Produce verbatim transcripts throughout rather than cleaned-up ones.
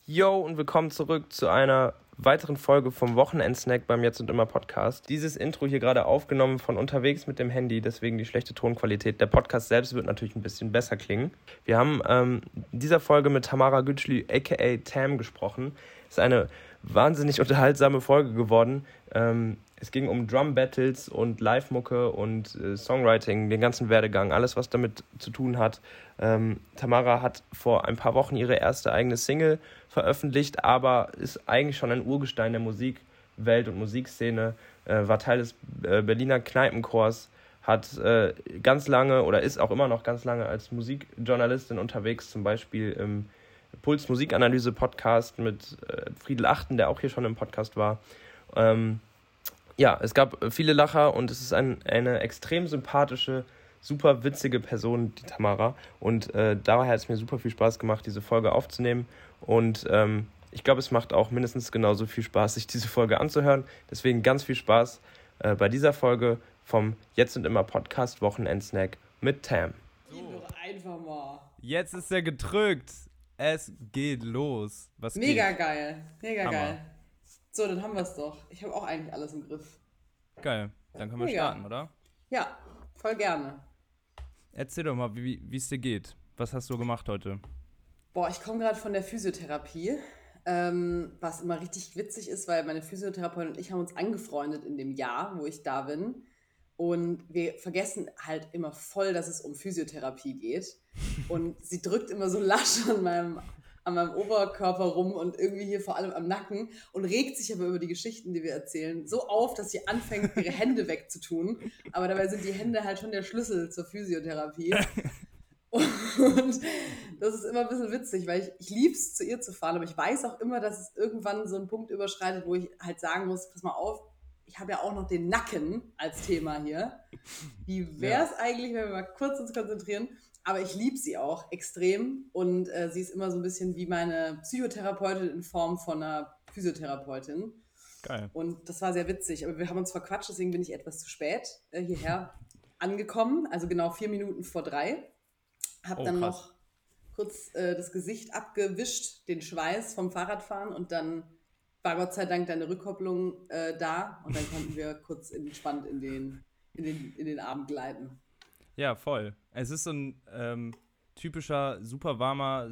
Yo und willkommen zurück zu einer weiteren Folge vom Wochenendsnack beim Jetzt und Immer Podcast. Dieses Intro hier gerade aufgenommen von unterwegs mit dem Handy, deswegen die schlechte Tonqualität. Der Podcast selbst wird natürlich ein bisschen besser klingen. Wir haben ähm, in dieser Folge mit Tamara Gütschli aka Tam gesprochen. Ist eine wahnsinnig unterhaltsame Folge geworden. Ähm, es ging um Drum Battles und Live-Mucke und äh, Songwriting, den ganzen Werdegang, alles was damit zu tun hat. Ähm, Tamara hat vor ein paar Wochen ihre erste eigene Single veröffentlicht, aber ist eigentlich schon ein Urgestein der Musikwelt und Musikszene, äh, war Teil des äh, Berliner Kneipenchors, hat äh, ganz lange oder ist auch immer noch ganz lange als Musikjournalistin unterwegs, zum Beispiel im Puls Musikanalyse Podcast mit äh, Friedel Achten, der auch hier schon im Podcast war. Ähm, ja, es gab viele Lacher und es ist ein, eine extrem sympathische, super witzige Person, die Tamara. Und äh, daher hat es mir super viel Spaß gemacht, diese Folge aufzunehmen. Und ähm, ich glaube, es macht auch mindestens genauso viel Spaß, sich diese Folge anzuhören. Deswegen ganz viel Spaß äh, bei dieser Folge vom Jetzt und Immer Podcast Wochenendsnack mit Tam. So. Doch einfach mal. Jetzt ist er gedrückt. Es geht los. Was Mega geht? geil. Mega Hammer. geil. So, dann haben wir es doch. Ich habe auch eigentlich alles im Griff. Geil. Dann können wir Mega. starten, oder? Ja, voll gerne. Erzähl doch mal, wie es dir geht. Was hast du gemacht heute? Boah, ich komme gerade von der Physiotherapie, ähm, was immer richtig witzig ist, weil meine Physiotherapeutin und ich haben uns angefreundet in dem Jahr, wo ich da bin. Und wir vergessen halt immer voll, dass es um Physiotherapie geht. Und sie drückt immer so lasch an meinem, an meinem Oberkörper rum und irgendwie hier vor allem am Nacken und regt sich aber über die Geschichten, die wir erzählen, so auf, dass sie anfängt, ihre Hände wegzutun. Aber dabei sind die Hände halt schon der Schlüssel zur Physiotherapie. Und das ist immer ein bisschen witzig, weil ich, ich liebe es, zu ihr zu fahren, aber ich weiß auch immer, dass es irgendwann so einen Punkt überschreitet, wo ich halt sagen muss, pass mal auf, ich habe ja auch noch den Nacken als Thema hier. Wie wäre es ja. eigentlich, wenn wir mal kurz uns konzentrieren? Aber ich liebe sie auch extrem und äh, sie ist immer so ein bisschen wie meine Psychotherapeutin in Form von einer Physiotherapeutin. Geil. Und das war sehr witzig, aber wir haben uns verquatscht, deswegen bin ich etwas zu spät äh, hierher angekommen, also genau vier Minuten vor drei. Hab Oh, dann krass. noch kurz äh, das Gesicht abgewischt, den Schweiß vom Fahrradfahren und dann war Gott sei Dank deine Rückkopplung äh, da und dann konnten wir kurz entspannt in den, in den, in den Abend gleiten. Ja, voll. Es ist so ein ähm, typischer, super warmer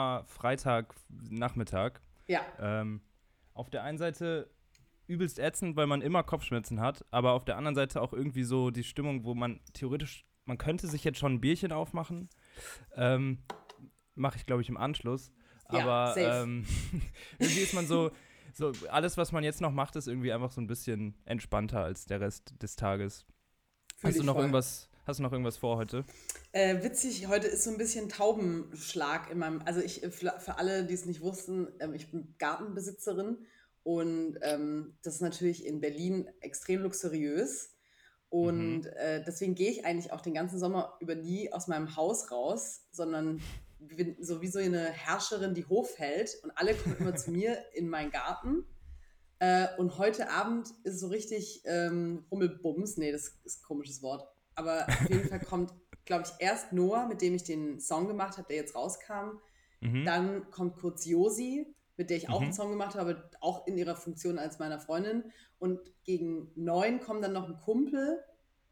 Sommer-Freitag-Nachmittag. Ja. Ähm, auf der einen Seite übelst ätzend, weil man immer Kopfschmerzen hat, aber auf der anderen Seite auch irgendwie so die Stimmung, wo man theoretisch, man könnte sich jetzt schon ein Bierchen aufmachen. Ähm, mache ich, glaube ich, im Anschluss. Aber Ja, ähm, irgendwie ist man so, so, alles, was man jetzt noch macht, ist irgendwie einfach so ein bisschen entspannter als der Rest des Tages. Fühl Hast du ich noch voll. irgendwas, hast du noch irgendwas vor heute? Äh, witzig, heute ist so ein bisschen Taubenschlag in meinem, also ich, für, für alle, die es nicht wussten, ähm, ich bin Gartenbesitzerin und ähm, das ist natürlich in Berlin extrem luxuriös. Und Mhm. äh, deswegen gehe ich eigentlich auch den ganzen Sommer über nie aus meinem Haus raus, sondern bin so wie so eine Herrscherin, die Hof hält. Und alle kommen immer zu mir in meinen Garten. Äh, und heute Abend ist so richtig ähm, Rummelbums. Nee, das ist ein komisches Wort. Aber auf jeden Fall kommt, glaube ich, erst Noah, mit dem ich den Song gemacht habe, der jetzt rauskam. Mhm. Dann kommt kurz Josi, mit der ich auch Mhm. einen Song gemacht habe, auch in ihrer Funktion als meiner Freundin. Und gegen neun kommt dann noch ein Kumpel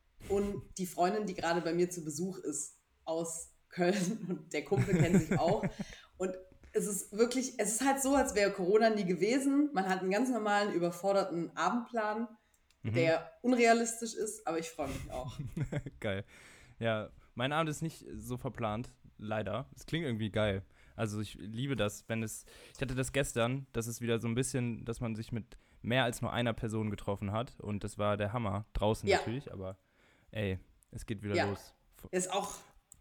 und die Freundin, die gerade bei mir zu Besuch ist, aus Köln. Und der Kumpel kennt sich auch. Und es ist wirklich, es ist halt so, als wäre Corona nie gewesen. Man hat einen ganz normalen, überforderten Abendplan, Mhm. der unrealistisch ist, aber ich freue mich auch. Geil. Ja, mein Abend ist nicht so verplant, leider. Es klingt irgendwie geil. Also ich liebe das, wenn es, ich hatte das gestern, das ist wieder so ein bisschen, dass man sich mit mehr als nur einer Person getroffen hat und das war der Hammer. Draußen Ja. natürlich, aber ey, es geht wieder Ja. los. Ist auch,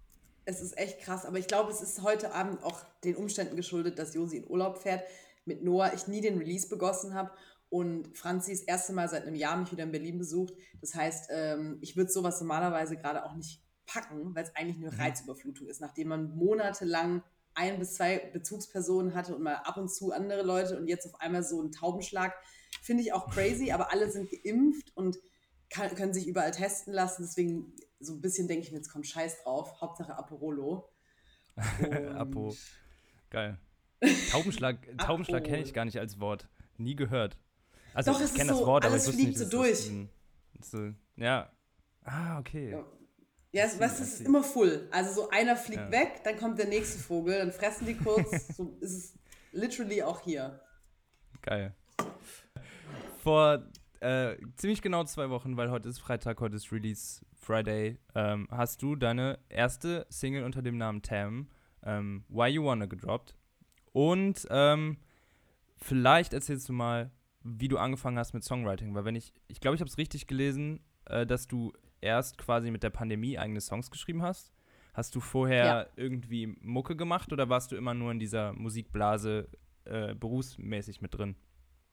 es ist echt krass, aber ich glaube, es ist heute Abend auch den Umständen geschuldet, dass Josi in Urlaub fährt, mit Noah ich nie den Release begossen habe und Franzi das erste Mal seit einem Jahr mich wieder in Berlin besucht. Das heißt, ähm, ich würde sowas normalerweise gerade auch nicht packen, weil es eigentlich eine Mhm. Reizüberflutung ist, nachdem man monatelang ein bis zwei Bezugspersonen hatte und mal ab und zu andere Leute und jetzt auf einmal so einen Taubenschlag, finde ich auch crazy, aber alle sind geimpft und kann, können sich überall testen lassen, deswegen so ein bisschen denke ich mir, jetzt kommt Scheiß drauf, Hauptsache Aperolo. Und Apo. Geil. Taubenschlag, Taubenschlag kenne ich Abholen. gar nicht als Wort. Nie gehört. Also Doch, ich es kenne ist das so, Wort, aber alles ich wusste nicht, fliegt so dass durch. das ein, so, ja. Ah, okay. Ja, ja es, I see, weißt, I es ist see. immer full. Also so einer fliegt Ja. weg, dann kommt der nächste Vogel, dann fressen die kurz. So ist es literally auch hier. Geil. Vor äh, ziemlich genau zwei Wochen, weil heute ist Freitag, heute ist Release Friday, ähm, hast du deine erste Single unter dem Namen Tam, ähm, Why You Wanna, gedroppt. Und ähm, vielleicht erzählst du mal, wie du angefangen hast mit Songwriting, weil wenn ich, ich glaube, ich habe es richtig gelesen, äh, dass du erst quasi mit der Pandemie eigene Songs geschrieben hast. Hast du vorher Ja. irgendwie Mucke gemacht oder warst du immer nur in dieser Musikblase äh, berufsmäßig mit drin?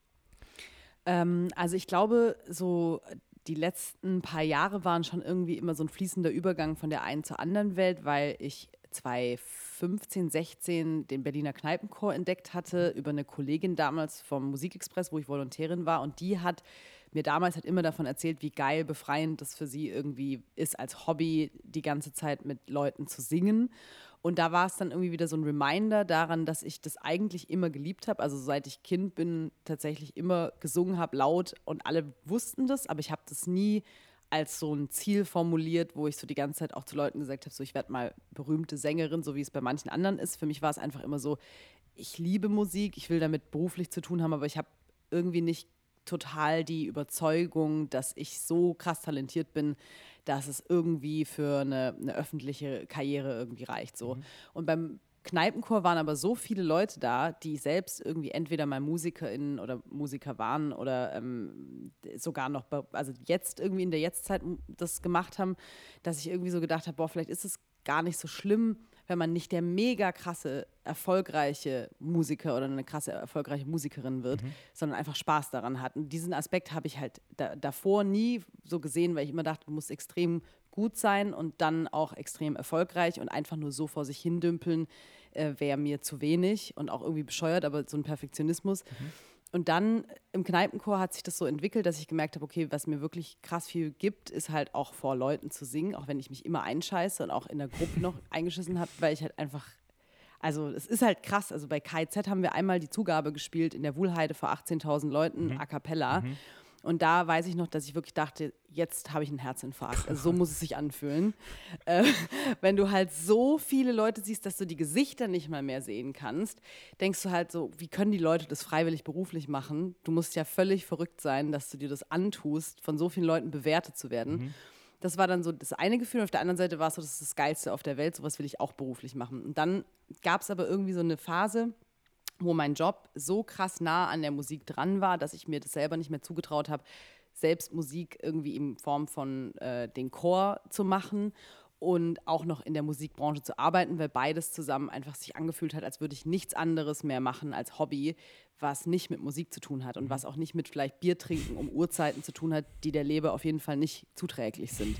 Ähm, also ich glaube, so die letzten paar Jahre waren schon irgendwie immer so ein fließender Übergang von der einen zur anderen Welt, weil ich zwanzig fünfzehn, sechzehn den Berliner Kneipenchor entdeckt hatte über eine Kollegin damals vom Musikexpress, wo ich Volontärin war, und die hat mir damals halt immer davon erzählt, wie geil befreiend das für sie irgendwie ist, als Hobby die ganze Zeit mit Leuten zu singen. Und da war es dann irgendwie wieder so ein Reminder daran, dass ich das eigentlich immer geliebt habe. Also seit ich Kind bin, tatsächlich immer gesungen habe, laut, und alle wussten das, aber ich habe das nie als so ein Ziel formuliert, wo ich so die ganze Zeit auch zu Leuten gesagt habe, so ich werde mal berühmte Sängerin, so wie es bei manchen anderen ist. Für mich war es einfach immer so, ich liebe Musik, ich will damit beruflich zu tun haben, aber ich habe irgendwie nicht total die Überzeugung, dass ich so krass talentiert bin, dass es irgendwie für eine, eine öffentliche Karriere irgendwie reicht. So. Mhm. Und beim Kneipenchor waren aber so viele Leute da, die selbst irgendwie entweder mal MusikerInnen oder Musiker waren oder ähm, sogar noch, be- also jetzt irgendwie in der Jetztzeit das gemacht haben, dass ich irgendwie so gedacht habe, boah, vielleicht ist es gar nicht so schlimm, wenn man nicht der mega krasse, erfolgreiche Musiker oder eine krasse, erfolgreiche Musikerin wird, Mhm. sondern einfach Spaß daran hat. Und diesen Aspekt habe ich halt da, davor nie so gesehen, weil ich immer dachte, du musst extrem gut sein und dann auch extrem erfolgreich, und einfach nur so vor sich hin dümpeln äh, wäre mir zu wenig und auch irgendwie bescheuert, aber so ein Perfektionismus. Mhm. Und dann im Kneipenchor hat sich das so entwickelt, dass ich gemerkt habe, okay, was mir wirklich krass viel gibt, ist halt auch vor Leuten zu singen, auch wenn ich mich immer einscheiße und auch in der Gruppe noch eingeschissen habe, weil ich halt einfach, also es ist halt krass, also bei K I Z haben wir einmal die Zugabe gespielt in der Wuhlheide vor achtzehntausend Leuten, Mhm. a cappella. Mhm. Und da weiß ich noch, dass ich wirklich dachte, jetzt habe ich einen Herzinfarkt. Also so muss es sich anfühlen. Äh, wenn du halt so viele Leute siehst, dass du die Gesichter nicht mal mehr sehen kannst, denkst du halt so, wie können die Leute das freiwillig beruflich machen? Du musst ja völlig verrückt sein, dass du dir das antust, von so vielen Leuten bewertet zu werden. Mhm. Das war dann so das eine Gefühl. Und auf der anderen Seite war es so, das ist das Geilste auf der Welt. Sowas will ich auch beruflich machen. Und dann gab es aber irgendwie so eine Phase, wo mein Job so krass nah an der Musik dran war, dass ich mir das selber nicht mehr zugetraut habe, selbst Musik irgendwie in Form von äh, den Chor zu machen und auch noch in der Musikbranche zu arbeiten, weil beides zusammen einfach sich angefühlt hat, als würde ich nichts anderes mehr machen als Hobby, was nicht mit Musik zu tun hat und was auch nicht mit vielleicht Bier trinken um Uhrzeiten zu tun hat, die der Leber auf jeden Fall nicht zuträglich sind.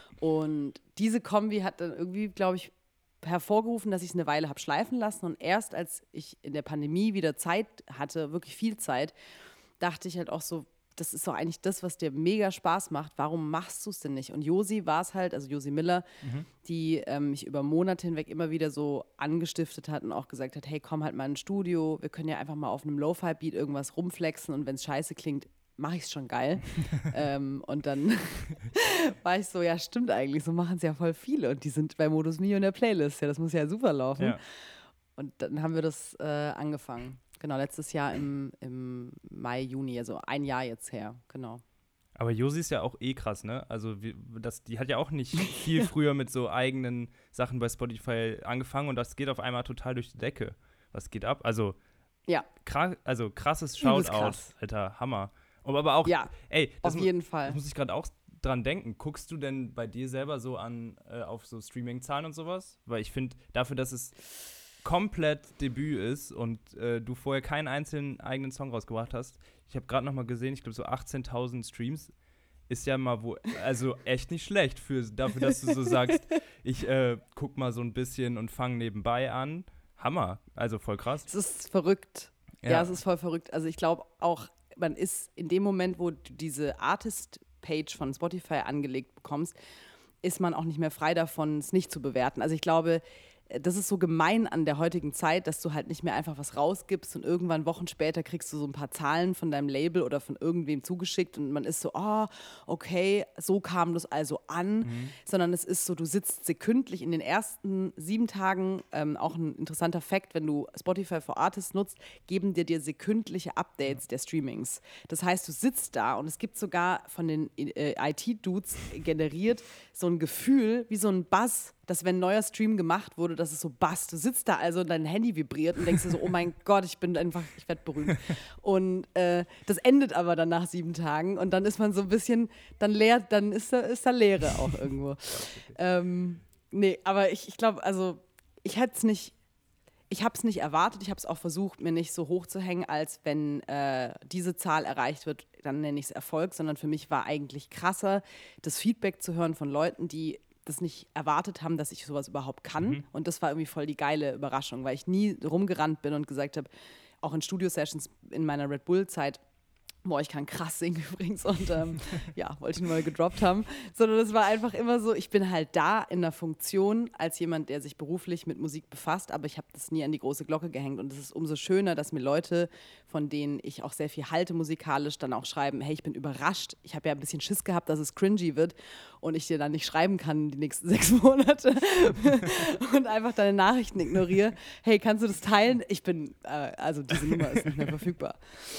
Und diese Kombi hat dann irgendwie, glaube ich, hervorgerufen, dass ich es eine Weile habe schleifen lassen, und erst als ich in der Pandemie wieder Zeit hatte, wirklich viel Zeit, dachte ich halt auch so, das ist doch eigentlich das, was dir mega Spaß macht, warum machst du es denn nicht? Und Josi war es halt, also Josi Miller, Mhm. die ähm, mich über Monate hinweg immer wieder so angestiftet hat und auch gesagt hat, hey, komm halt mal ins Studio, wir können ja einfach mal auf einem Lo-Fi-Beat irgendwas rumflexen, und wenn es scheiße klingt, mache ich es schon geil. ähm, und dann war ich so, ja, stimmt eigentlich, so machen es ja voll viele, und die sind bei Modus Mio in der Playlist, ja, das muss ja super laufen. Ja. Und dann haben wir das äh, angefangen. Genau, letztes Jahr im, im Mai, Juni, also ein Jahr jetzt her, genau. Aber Josi ist ja auch eh krass, ne? Also wie, das, die hat ja auch nicht viel früher mit so eigenen Sachen bei Spotify angefangen, und das geht auf einmal total durch die Decke. Was geht ab? Also, Ja. kra- also krasses Übelst Shoutout, krass. Alter, Hammer. Aber, aber auch, Ja, ey, das, auf mu- jeden das Fall. muss ich gerade auch dran denken. Guckst du denn bei dir selber so an, äh, auf so Streaming-Zahlen und sowas? Weil ich finde, dafür, dass es komplett Debüt ist und äh, du vorher keinen einzelnen eigenen Song rausgebracht hast, ich habe gerade noch mal gesehen, ich glaube so achtzehntausend Streams ist ja mal wo, also echt nicht schlecht für, dafür, dass du so sagst, ich äh, guck mal so ein bisschen und fange nebenbei an. Hammer, also voll krass. Es ist verrückt. Ja, Ja. es ist voll verrückt. Also ich glaube auch, man ist in dem Moment, wo du diese Artist-Page von Spotify angelegt bekommst, ist man auch nicht mehr frei davon, es nicht zu bewerten. Also ich glaube, das ist so gemein an der heutigen Zeit, dass du halt nicht mehr einfach was rausgibst und irgendwann Wochen später kriegst du so ein paar Zahlen von deinem Label oder von irgendwem zugeschickt und man ist so, oh, okay, so kam das also an, mhm. sondern es ist so, du sitzt sekündlich in den ersten sieben Tagen, ähm, auch ein interessanter Fakt, wenn du Spotify for Artists nutzt, geben dir dir sekündliche Updates ja. der Streamings. Das heißt, du sitzt da und es gibt sogar von den äh, I T-Dudes generiert so ein Gefühl, wie so ein Buzz, dass wenn ein neuer Stream gemacht wurde, dass es so buzzt. Du sitzt da also und dein Handy vibriert und denkst dir so, oh mein Gott, ich bin einfach, ich werde berühmt. Und äh, das endet aber dann nach sieben Tagen und dann ist man so ein bisschen, dann leer, dann ist da, ist da Leere auch irgendwo. ähm, nee, aber ich, ich glaube, also ich hätte es nicht, ich habe es nicht erwartet, ich habe es auch versucht, mir nicht so hoch zu hängen, als wenn äh, diese Zahl erreicht wird, dann nenne ich es Erfolg, sondern für mich war eigentlich krasser, das Feedback zu hören von Leuten, die das nicht erwartet haben, dass ich sowas überhaupt kann. Mhm. Und das war irgendwie voll die geile Überraschung, weil ich nie rumgerannt bin und gesagt habe, auch in Studio-Sessions in meiner Red Bull-Zeit, boah, ich kann krass singen übrigens und ähm, ja, wollte ich nur mal gedroppt haben, sondern es war einfach immer so, ich bin halt da in der Funktion als jemand, der sich beruflich mit Musik befasst, aber ich habe das nie an die große Glocke gehängt und es ist umso schöner, dass mir Leute, von denen ich auch sehr viel halte musikalisch, dann auch schreiben, hey, ich bin überrascht, ich habe ja ein bisschen Schiss gehabt, dass es cringy wird und ich dir dann nicht schreiben kann die nächsten sechs Monate und einfach deine Nachrichten ignoriere, hey, kannst du das teilen? Ich bin, äh, also diese Nummer ist nicht mehr verfügbar.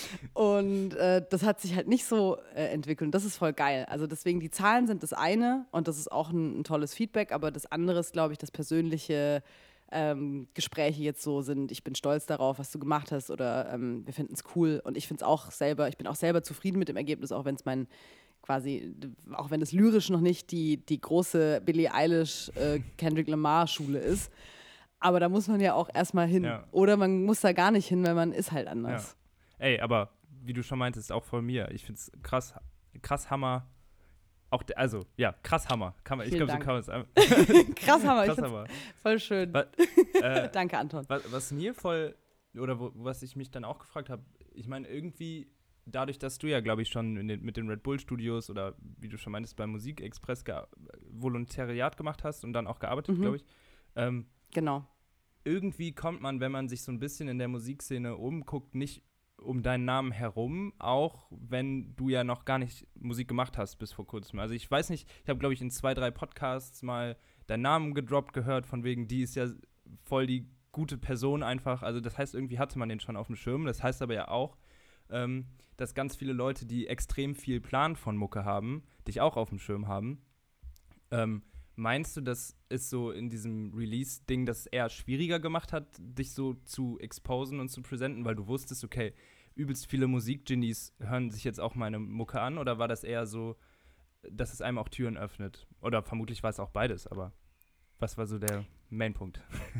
Und äh, das hat sich halt nicht so äh, entwickelt und das ist voll geil. Also deswegen, die Zahlen sind das eine und das ist auch ein, ein tolles Feedback, aber das andere ist, glaube ich, das persönliche ähm, Gespräche jetzt so sind, ich bin stolz darauf, was du gemacht hast oder ähm, wir finden es cool und ich finde es auch selber, ich bin auch selber zufrieden mit dem Ergebnis, auch wenn es mein quasi, auch wenn es lyrisch noch nicht die, die große Billie Eilish, äh, Kendrick Lamar Schule ist, aber da muss man ja auch erstmal hin ja. oder man muss da gar nicht hin, weil man ist halt anders. Ja. Ey, aber wie du schon meintest, auch von mir. Ich finde es krass, krass Hammer. Auch de, also, ja, krass Hammer. Kann man, ich glaube, so kann man es einfach. Krass Hammer, krass ich Hammer. Voll schön. Was, äh, Danke, Anton. Was, was mir voll, oder wo, was ich mich dann auch gefragt habe, ich meine, irgendwie, dadurch, dass du ja, glaube ich, schon in den, mit den Red Bull Studios oder wie du schon meintest, beim Musikexpress ge- Volontariat gemacht hast und dann auch gearbeitet, mhm. glaube ich. Ähm, genau. Irgendwie kommt man, wenn man sich so ein bisschen in der Musikszene umguckt, nicht um deinen Namen herum, auch wenn du ja noch gar nicht Musik gemacht hast bis vor kurzem. Also ich weiß nicht, ich habe, glaube ich, in zwei, drei Podcasts mal deinen Namen gedroppt gehört, von wegen, die ist ja voll die gute Person einfach. Also das heißt, irgendwie hatte man den schon auf dem Schirm. Das heißt aber ja auch, ähm, dass ganz viele Leute, die extrem viel Plan von Mucke haben, dich auch auf dem Schirm haben. Ähm, Meinst du, das ist so in diesem Release-Ding, das eher schwieriger gemacht hat, dich so zu exposen und zu präsenten, weil du wusstest, okay, übelst viele Musikgenies hören sich jetzt auch meine Mucke an, oder war das eher so, dass es einem auch Türen öffnet? Oder vermutlich war es auch beides, aber was war so der Mainpunkt?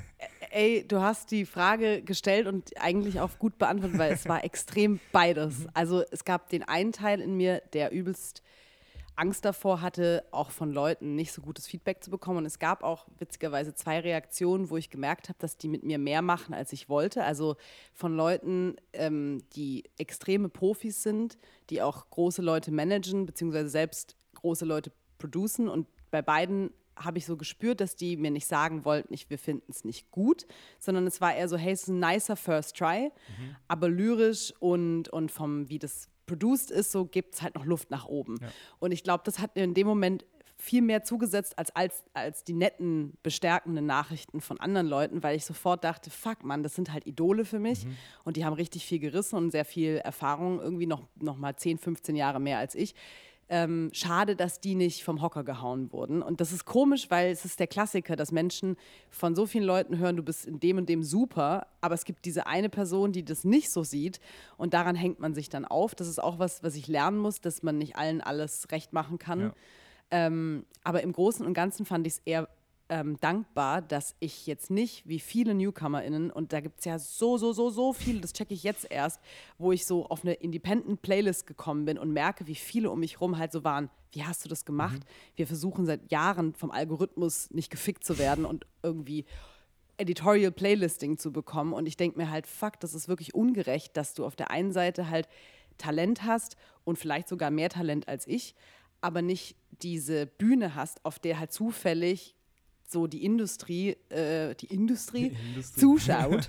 Ey, du hast die Frage gestellt und eigentlich auch gut beantwortet, weil es war extrem beides. Also es gab den einen Teil in mir, der übelst Angst davor hatte, auch von Leuten nicht so gutes Feedback zu bekommen. Und es gab auch witzigerweise zwei Reaktionen, wo ich gemerkt habe, dass die mit mir mehr machen, als ich wollte. Also von Leuten, ähm, die extreme Profis sind, die auch große Leute managen, beziehungsweise selbst große Leute producen. Und bei beiden habe ich so gespürt, dass die mir nicht sagen wollten, ich, wir finden es nicht gut, sondern es war eher so, hey, es ist ein nicer First Try, mhm. aber lyrisch und, und vom, wie das produced ist, so gibt es halt noch Luft nach oben. Ja. Und ich glaube, das hat mir in dem Moment viel mehr zugesetzt als, als, als die netten, bestärkenden Nachrichten von anderen Leuten, weil ich sofort dachte, fuck, Mann, das sind halt Idole für mich mhm. und die haben richtig viel gerissen und sehr viel Erfahrung, irgendwie noch, noch mal zehn, fünfzehn Jahre mehr als ich. Ähm, schade, dass die nicht vom Hocker gehauen wurden. Und das ist komisch, weil es ist der Klassiker, dass Menschen von so vielen Leuten hören, du bist in dem und dem super, aber es gibt diese eine Person, die das nicht so sieht und daran hängt man sich dann auf. Das ist auch was, was ich lernen muss, dass man nicht allen alles recht machen kann. Ja. Ähm, aber im Großen und Ganzen fand ich es eher ähm, dankbar, dass ich jetzt nicht wie viele NewcomerInnen, und da gibt es ja so, so, so, so viele, das checke ich jetzt erst, wo ich so auf eine Independent-Playlist gekommen bin und merke, wie viele um mich rum halt so waren, wie hast du das gemacht? Mhm. Wir versuchen seit Jahren vom Algorithmus nicht gefickt zu werden und irgendwie Editorial Playlisting zu bekommen und ich denke mir halt, fuck, das ist wirklich ungerecht, dass du auf der einen Seite halt Talent hast und vielleicht sogar mehr Talent als ich, aber nicht diese Bühne hast, auf der halt zufällig so die Industrie, äh, die Industrie, die Industrie. zuschaut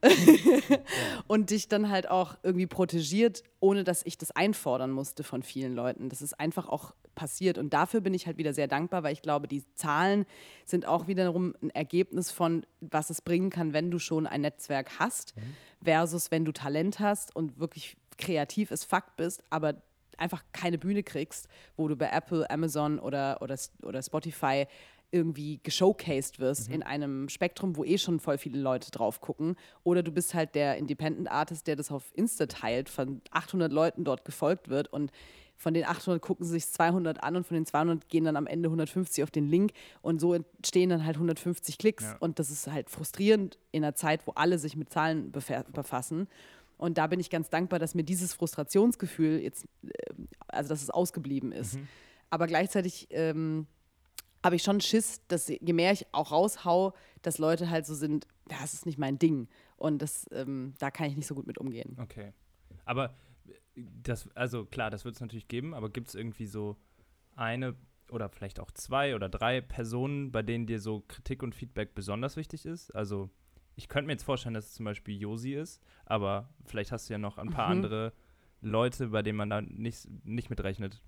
und dich dann halt auch irgendwie protegiert, ohne dass ich das einfordern musste von vielen Leuten. Das ist einfach auch passiert und dafür bin ich halt wieder sehr dankbar, weil ich glaube, die Zahlen sind auch wiederum ein Ergebnis von, was es bringen kann, wenn du schon ein Netzwerk hast, mhm. versus wenn du Talent hast und wirklich kreativ as fuck bist, aber einfach keine Bühne kriegst, wo du bei Apple, Amazon oder, oder, oder Spotify irgendwie geshowcased wirst mhm. in einem Spektrum, wo eh schon voll viele Leute drauf gucken. Oder du bist halt der Independent Artist, der das auf Insta teilt, von achthundert Leuten dort gefolgt wird und von den achthundert gucken sich zweihundert an und von den zweihundert gehen dann am Ende hundertfünfzig auf den Link und so entstehen dann halt hundertfünfzig Klicks ja. und das ist halt frustrierend in einer Zeit, wo alle sich mit Zahlen befa- befassen. Und da bin ich ganz dankbar, dass mir dieses Frustrationsgefühl jetzt, also dass es ausgeblieben ist. Mhm. Aber gleichzeitig ähm, habe ich schon Schiss, dass je mehr ich auch raushau, dass Leute halt so sind, das ist nicht mein Ding. Und das, ähm, da kann ich nicht so gut mit umgehen. Okay. Aber das, also klar, das wird es natürlich geben, aber gibt es irgendwie so eine oder vielleicht auch zwei oder drei Personen, bei denen dir so Kritik und Feedback besonders wichtig ist? Also ich könnte mir jetzt vorstellen, dass es zum Beispiel Josi ist, aber vielleicht hast du ja noch ein paar mhm. andere Leute, bei denen man da nicht, nicht mitrechnet.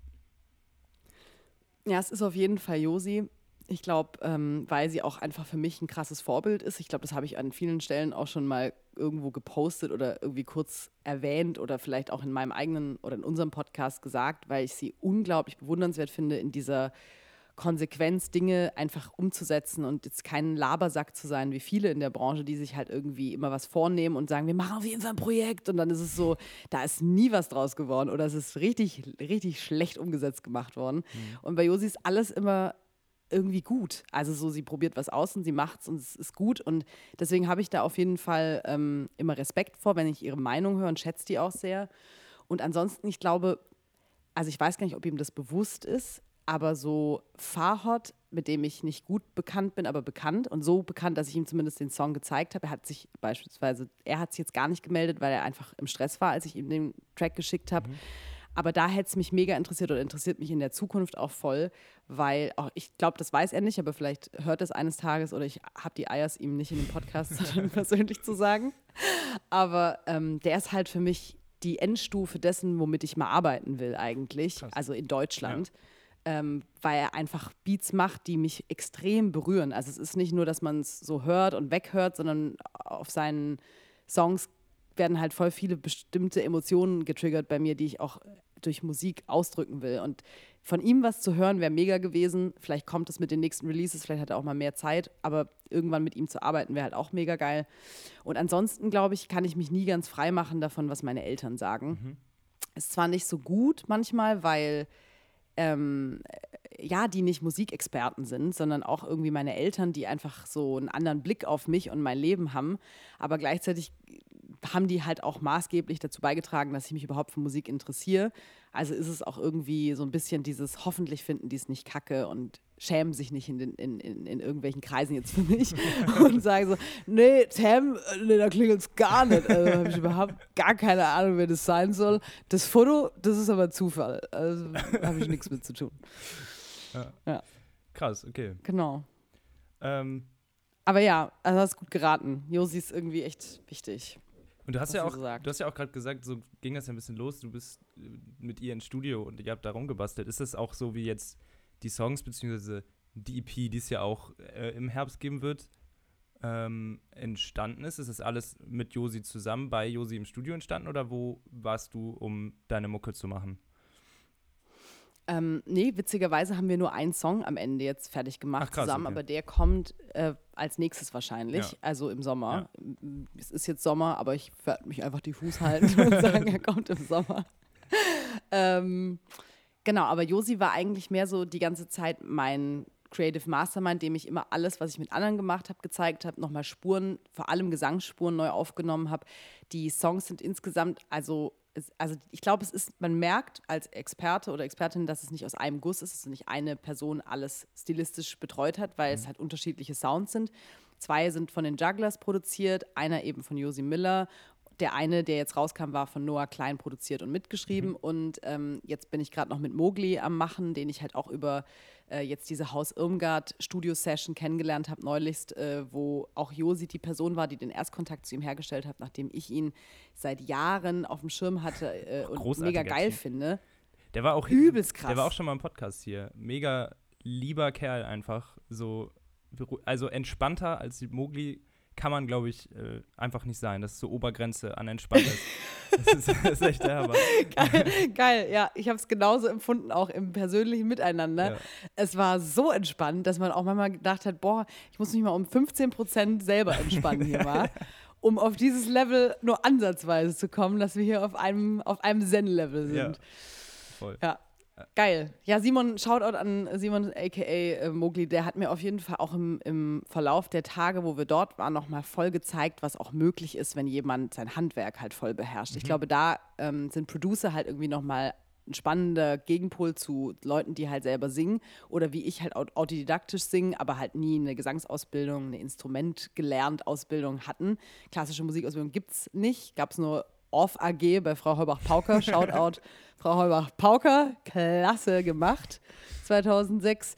Ja, es ist auf jeden Fall Josi. Ich glaube, ähm, weil sie auch einfach für mich ein krasses Vorbild ist. Ich glaube, das habe ich an vielen Stellen auch schon mal irgendwo gepostet oder irgendwie kurz erwähnt oder vielleicht auch in meinem eigenen oder in unserem Podcast gesagt, weil ich sie unglaublich bewundernswert finde, in dieser Konsequenz Dinge einfach umzusetzen und jetzt kein Labersack zu sein, wie viele in der Branche, die sich halt irgendwie immer was vornehmen und sagen, wir machen auf jeden Fall ein Projekt und dann ist es so, da ist nie was draus geworden oder es ist richtig, richtig schlecht umgesetzt gemacht worden. Mhm. Und bei Josi ist alles immer irgendwie gut. Also so, sie probiert was aus und sie macht's und es ist gut und deswegen habe ich da auf jeden Fall ähm, immer Respekt vor, wenn ich ihre Meinung höre und schätze die auch sehr. Und ansonsten, ich glaube, also ich weiß gar nicht, ob ihm das bewusst ist, aber so Farhad, mit dem ich nicht gut bekannt bin, aber bekannt und so bekannt, dass ich ihm zumindest den Song gezeigt habe. Er hat sich beispielsweise, er hat sich jetzt gar nicht gemeldet, weil er einfach im Stress war, als ich ihm den Track geschickt habe. Mhm. Aber da hätte es mich mega interessiert oder interessiert mich in der Zukunft auch voll, weil auch ich glaube, das weiß er nicht, aber vielleicht hört es eines Tages oder ich habe die Eiers, ihm nicht in dem Podcast sondern persönlich zu sagen. Aber ähm, der ist halt für mich die Endstufe dessen, womit ich mal arbeiten will eigentlich, Krass. Also in Deutschland. Ja. Ähm, weil er einfach Beats macht, die mich extrem berühren. Also es ist nicht nur, dass man es so hört und weghört, sondern auf seinen Songs werden halt voll viele bestimmte Emotionen getriggert bei mir, die ich auch durch Musik ausdrücken will. Und von ihm was zu hören, wäre mega gewesen. Vielleicht kommt es mit den nächsten Releases, vielleicht hat er auch mal mehr Zeit, aber irgendwann mit ihm zu arbeiten wäre halt auch mega geil. Und ansonsten, glaube ich, kann ich mich nie ganz frei machen davon, was meine Eltern sagen. Mhm. Ist zwar nicht so gut manchmal, weil Ähm, ja, die nicht Musikexperten sind, sondern auch irgendwie meine Eltern, die einfach so einen anderen Blick auf mich und mein Leben haben. Aber gleichzeitig haben die halt auch maßgeblich dazu beigetragen, dass ich mich überhaupt für Musik interessiere. Also ist es auch irgendwie so ein bisschen dieses hoffentlich finden die es nicht kacke und schämen sich nicht in, den, in, in, in irgendwelchen Kreisen jetzt für mich und sagen so, nee, Tam, nee, da klingelt es gar nicht. Also habe ich überhaupt gar keine Ahnung, wer das sein soll. Das Foto, das ist aber Zufall. Also habe ich nichts mit zu tun. Ja. Ja. Krass, okay. Genau. Ähm, aber ja, also hast gut geraten. Josi ist irgendwie echt wichtig. Und du hast ja auch, so du hast ja auch gerade gesagt, so ging das ja ein bisschen los, du bist mit ihr ins Studio und ihr habt da rumgebastelt. Ist das auch so wie jetzt die Songs, beziehungsweise die E P, die es ja auch äh, im Herbst geben wird, ähm, entstanden ist? Ist das alles mit Josi zusammen, bei Josi im Studio entstanden oder wo warst du, um deine Mucke zu machen? Ähm, nee, witzigerweise haben wir nur einen Song am Ende jetzt fertig gemacht Ach, krass, zusammen, okay. aber der kommt äh, als nächstes wahrscheinlich, ja. also im Sommer. Ja. Es ist jetzt Sommer, aber ich werde mich einfach diffus halten und sagen, er kommt im Sommer. ähm, genau, aber Josi war eigentlich mehr so die ganze Zeit mein Creative Mastermind, dem ich immer alles, was ich mit anderen gemacht habe, gezeigt habe, nochmal Spuren, vor allem Gesangsspuren neu aufgenommen habe. Die Songs sind insgesamt, also Also ich glaube, es ist, man merkt als Experte oder Expertin, dass es nicht aus einem Guss ist, dass nicht eine Person alles stilistisch betreut hat, weil mhm. es halt unterschiedliche Sounds sind. Zwei sind von den Jugglers produziert, einer eben von Josi Miller. der eine, der jetzt rauskam, war von Noah Klein produziert und mitgeschrieben. Mhm. Und ähm, jetzt bin ich gerade noch mit Mowgli am Machen, den ich halt auch über äh, jetzt diese Haus Irmgard Studio-Session kennengelernt habe, neulichst, äh, wo auch Josi die Person war, die den Erstkontakt zu ihm hergestellt hat, nachdem ich ihn seit Jahren auf dem Schirm hatte äh, und mega geil typ. finde. Der war auch übelst krass. Der war auch schon mal im Podcast hier. Mega lieber Kerl einfach. So, also entspannter als die Mowgli kann man, glaube ich, äh, einfach nicht sein. Das ist so Obergrenze an Entspanntheit. das, ist, das ist echt der Hammer. Geil, geil, ja. Ich habe es genauso empfunden, auch im persönlichen Miteinander. Ja. Es war so entspannt, dass man auch manchmal gedacht hat, boah, ich muss mich mal um fünfzehn Prozent selber entspannen hier mal, um auf dieses Level nur ansatzweise zu kommen, dass wir hier auf einem, auf einem Zen-Level sind. Ja, voll. Ja. Geil. Ja, Simon, Shoutout an Simon aka äh, Mowgli, der hat mir auf jeden Fall auch im, im Verlauf der Tage, wo wir dort waren, nochmal voll gezeigt, was auch möglich ist, wenn jemand sein Handwerk halt voll beherrscht. Mhm. Ich glaube, da ähm, sind Producer halt irgendwie nochmal ein spannender Gegenpol zu Leuten, die halt selber singen oder wie ich halt autodidaktisch singen, aber halt nie eine Gesangsausbildung, eine Instrument gelernt Ausbildung hatten. Klassische Musikausbildung gibt es nicht, gab es nur Off A G bei Frau Heubach-Pauker, Shoutout Frau Heubach-Pauker, klasse gemacht, zweitausendsechs.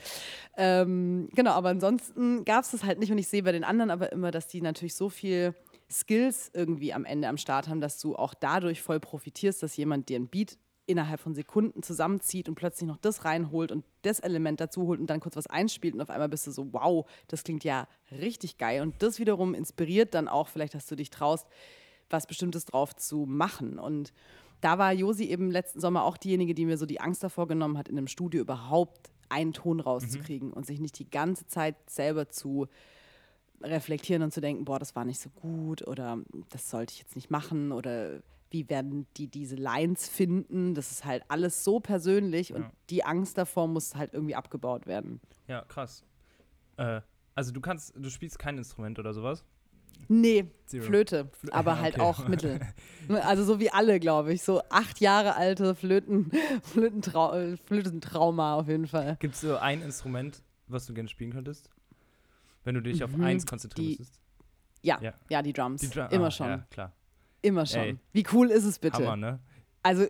Ähm, genau, aber ansonsten gab es das halt nicht und ich sehe bei den anderen aber immer, dass die natürlich so viel Skills irgendwie am Ende am Start haben, dass du auch dadurch voll profitierst, dass jemand dir ein Beat innerhalb von Sekunden zusammenzieht und plötzlich noch das reinholt und das Element dazu holt und dann kurz was einspielt und auf einmal bist du so, wow, das klingt ja richtig geil und das wiederum inspiriert dann auch vielleicht, dass du dich traust, was Bestimmtes drauf zu machen. Und da war Josi eben letzten Sommer auch diejenige, die mir so die Angst davor genommen hat, in einem Studio überhaupt einen Ton rauszukriegen mhm. und sich nicht die ganze Zeit selber zu reflektieren und zu denken, boah, das war nicht so gut oder das sollte ich jetzt nicht machen oder wie werden die diese Lines finden. Das ist halt alles so persönlich ja. und die Angst davor muss halt irgendwie abgebaut werden. Ja, krass. Äh, also du kannst, du spielst kein Instrument oder sowas? Nee, Zero. Flöte, aber okay. halt auch Mittel. Also so wie alle, glaube ich. So acht Jahre alte Flöten, Flötentrau- Flötentrauma auf jeden Fall. Gibt es so ein Instrument, was du gerne spielen könntest? Wenn du dich mhm. auf eins konzentrieren müsstest? Ja, ja, ja, die Drums. Die Drum- Immer ah, schon. Ja, klar. Immer schon. Ey. Wie cool ist es bitte? Hammer, ne? Also,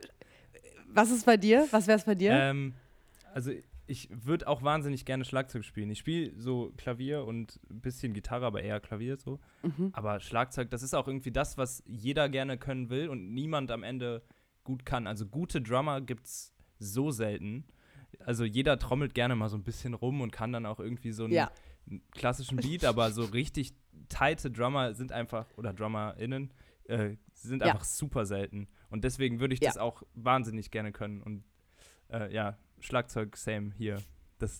was ist bei dir? Was wäre es bei dir? Ähm, also ich würde auch wahnsinnig gerne Schlagzeug spielen. Ich spiele so Klavier und ein bisschen Gitarre, aber eher Klavier so. Mhm. Aber Schlagzeug, das ist auch irgendwie das, was jeder gerne können will und niemand am Ende gut kann. Also gute Drummer gibt's so selten. Also jeder trommelt gerne mal so ein bisschen rum und kann dann auch irgendwie so einen, ja. einen klassischen Beat, aber so richtig tighte Drummer sind einfach, oder DrummerInnen, äh, sind einfach ja. super selten. Und deswegen würde ich ja. das auch wahnsinnig gerne können. Und äh, ja, Schlagzeug, same hier. Das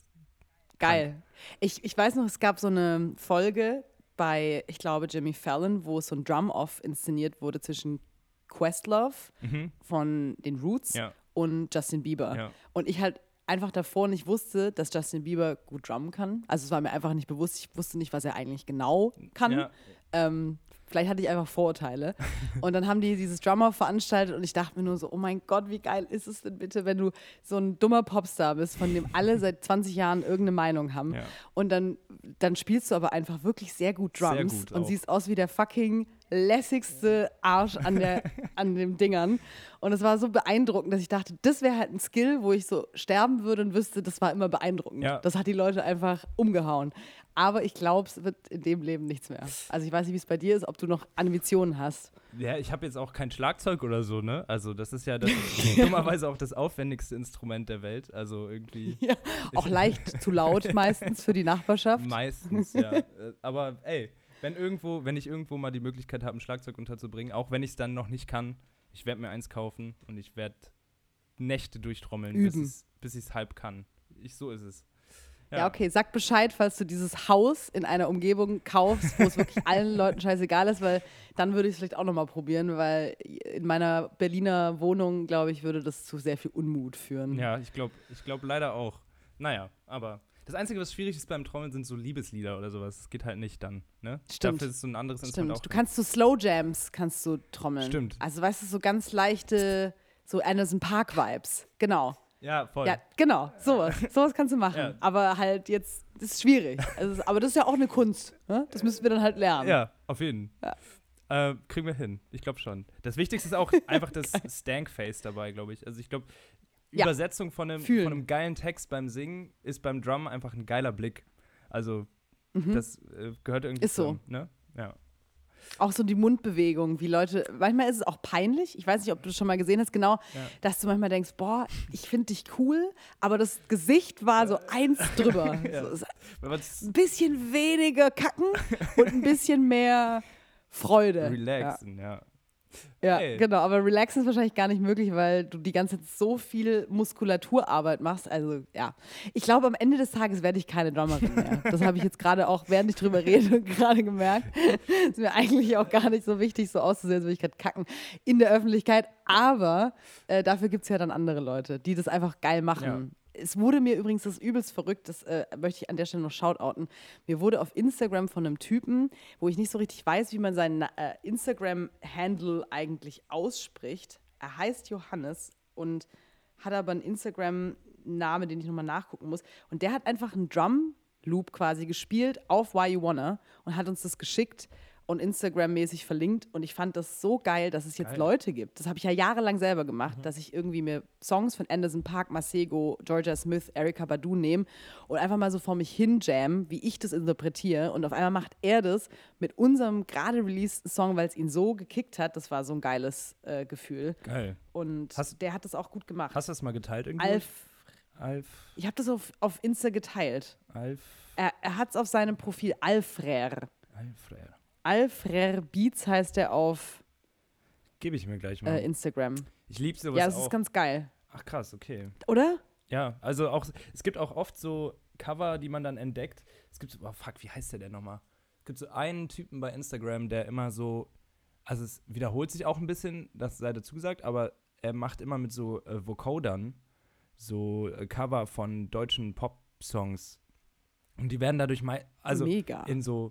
Geil. Ich, ich weiß noch, es gab so eine Folge bei, ich glaube, Jimmy Fallon, wo so ein Drum-Off inszeniert wurde zwischen Questlove mhm. von den Roots ja. und Justin Bieber. Ja. Und ich halt einfach davor nicht wusste, dass Justin Bieber gut drummen kann. Also es war mir einfach nicht bewusst. Ich wusste nicht, was er eigentlich genau kann. Ja. Ähm, Vielleicht hatte ich einfach Vorurteile. Und dann haben die dieses Drummer veranstaltet und ich dachte mir nur so, oh mein Gott, wie geil ist es denn bitte, wenn du so ein dummer Popstar bist, von dem alle seit zwanzig Jahren irgendeine Meinung haben. Ja. Und dann, dann spielst du aber einfach wirklich sehr gut Drums sehr gut und auch. Siehst aus wie der fucking lässigste Arsch an, der, an den Dingern. Und es war so beeindruckend, dass ich dachte, das wäre halt ein Skill, wo ich so sterben würde und wüsste, das war immer beeindruckend. Ja. Das hat die Leute einfach umgehauen. Aber ich glaube, es wird in dem Leben nichts mehr. Also ich weiß nicht, wie es bei dir ist, ob du noch Ambitionen hast. Ja, ich habe jetzt auch kein Schlagzeug oder so, ne? Also das ist ja das, dummerweise auch das aufwendigste Instrument der Welt. Also irgendwie. Ja, auch leicht zu laut meistens für die Nachbarschaft. Meistens, ja. Aber ey, wenn irgendwo, wenn ich irgendwo mal die Möglichkeit habe, ein Schlagzeug unterzubringen, auch wenn ich es dann noch nicht kann, ich werde mir eins kaufen und ich werde Nächte durchtrommeln, Üben. bis ich es halb kann. Ich, so ist es. Ja. ja, okay, sag Bescheid, falls du dieses Haus in einer Umgebung kaufst, wo es wirklich allen Leuten scheißegal ist, weil dann würde ich es vielleicht auch nochmal probieren, weil in meiner Berliner Wohnung, glaube ich, würde das zu sehr viel Unmut führen. Ja, ich glaube ich glaub leider auch. Naja, aber das Einzige, was schwierig ist beim Trommeln, sind so Liebeslieder oder sowas. Das geht halt nicht dann, ne? Stimmt. Dafür ist so ein anderes Stimmt. Instrument auch. Du kannst so Slow Jams, kannst du trommeln. Stimmt. Also weißt du, so ganz leichte, so Anderson Park Vibes, genau. Ja, voll. Ja, genau, sowas. Sowas kannst du machen. Ja. Aber halt jetzt, das ist schwierig. Also, aber das ist ja auch eine Kunst. Ne? Das müssen wir dann halt lernen. Ja, auf jeden Fall. Ja. Äh, kriegen wir hin. Ich glaube schon. Das Wichtigste ist auch einfach das Stank-Face dabei, glaube ich. Also ich glaube, Ja. Übersetzung von einem, Fühlen. von einem geilen Text beim Singen ist beim Drum einfach ein geiler Blick. Also Mhm. das äh, gehört irgendwie Ist so. zusammen, ne? Ja. Auch so die Mundbewegung, wie Leute, manchmal ist es auch peinlich, ich weiß nicht, ob du das schon mal gesehen hast, genau, Ja. dass du manchmal denkst, boah, ich finde dich cool, aber das Gesicht war so eins drüber. Ja. So, so Wenn man's ein bisschen weniger kacken und ein bisschen mehr Freude. relaxen, ja. Ja, Hey. genau, aber relaxen ist wahrscheinlich gar nicht möglich, weil du die ganze Zeit so viel Muskulaturarbeit machst. Also ja, ich glaube, am Ende des Tages werde ich keine Drummerin mehr. Das habe ich jetzt gerade auch, während ich drüber rede, gerade gemerkt. Ist mir eigentlich auch gar nicht so wichtig, so auszusehen, als würde ich gerade kacken in der Öffentlichkeit. Aber äh, dafür gibt es ja dann andere Leute, die das einfach geil machen. Es wurde mir übrigens, das ist übelst verrückt, das äh, möchte ich an der Stelle noch shoutouten. Mir wurde auf Instagram von einem Typen, wo ich nicht so richtig weiß, wie man seinen äh, Instagram-Handle eigentlich ausspricht. Er heißt Johannes und hat aber einen Instagram-Namen, den ich nochmal nachgucken muss. Und der hat einfach einen Drum-Loop quasi gespielt auf Why You Wanna und hat uns das geschickt und Instagram-mäßig verlinkt. Und ich fand das so geil, dass es jetzt Geil. Leute gibt. Das habe ich ja jahrelang selber gemacht, dass ich irgendwie mir Songs von Anderson .Paak, Masego, Georgia Smith, Erykah Badu nehme und einfach mal so vor mich hin jam, wie ich das interpretiere. Und auf einmal macht er das mit unserem gerade releaseden Song, weil es ihn so gekickt hat. Das war so ein geiles äh, Gefühl. Geil. Und Hast- der hat das auch gut gemacht. Hast du das mal geteilt irgendwie? Alf, Alf. ich habe das auf, auf Insta geteilt. Alf. Er, er hat es auf seinem Profil Alfrer. Alfred. Alfrer Beats heißt er auf Gebe ich mir gleich mal. äh, Instagram. ich liebe sowas Ja, das auch. ist ganz geil. Ach krass, okay. Oder? Ja, also auch, es gibt auch oft so Cover, die man dann entdeckt. Es gibt, oh fuck, wie heißt der denn nochmal? Es gibt so einen Typen bei Instagram, der immer so, also es wiederholt sich auch ein bisschen, das sei dazu gesagt, aber er macht immer mit so äh, Vocodern so äh, Cover von deutschen Pop-Songs. Und die werden dadurch, mei- also Mega. in so,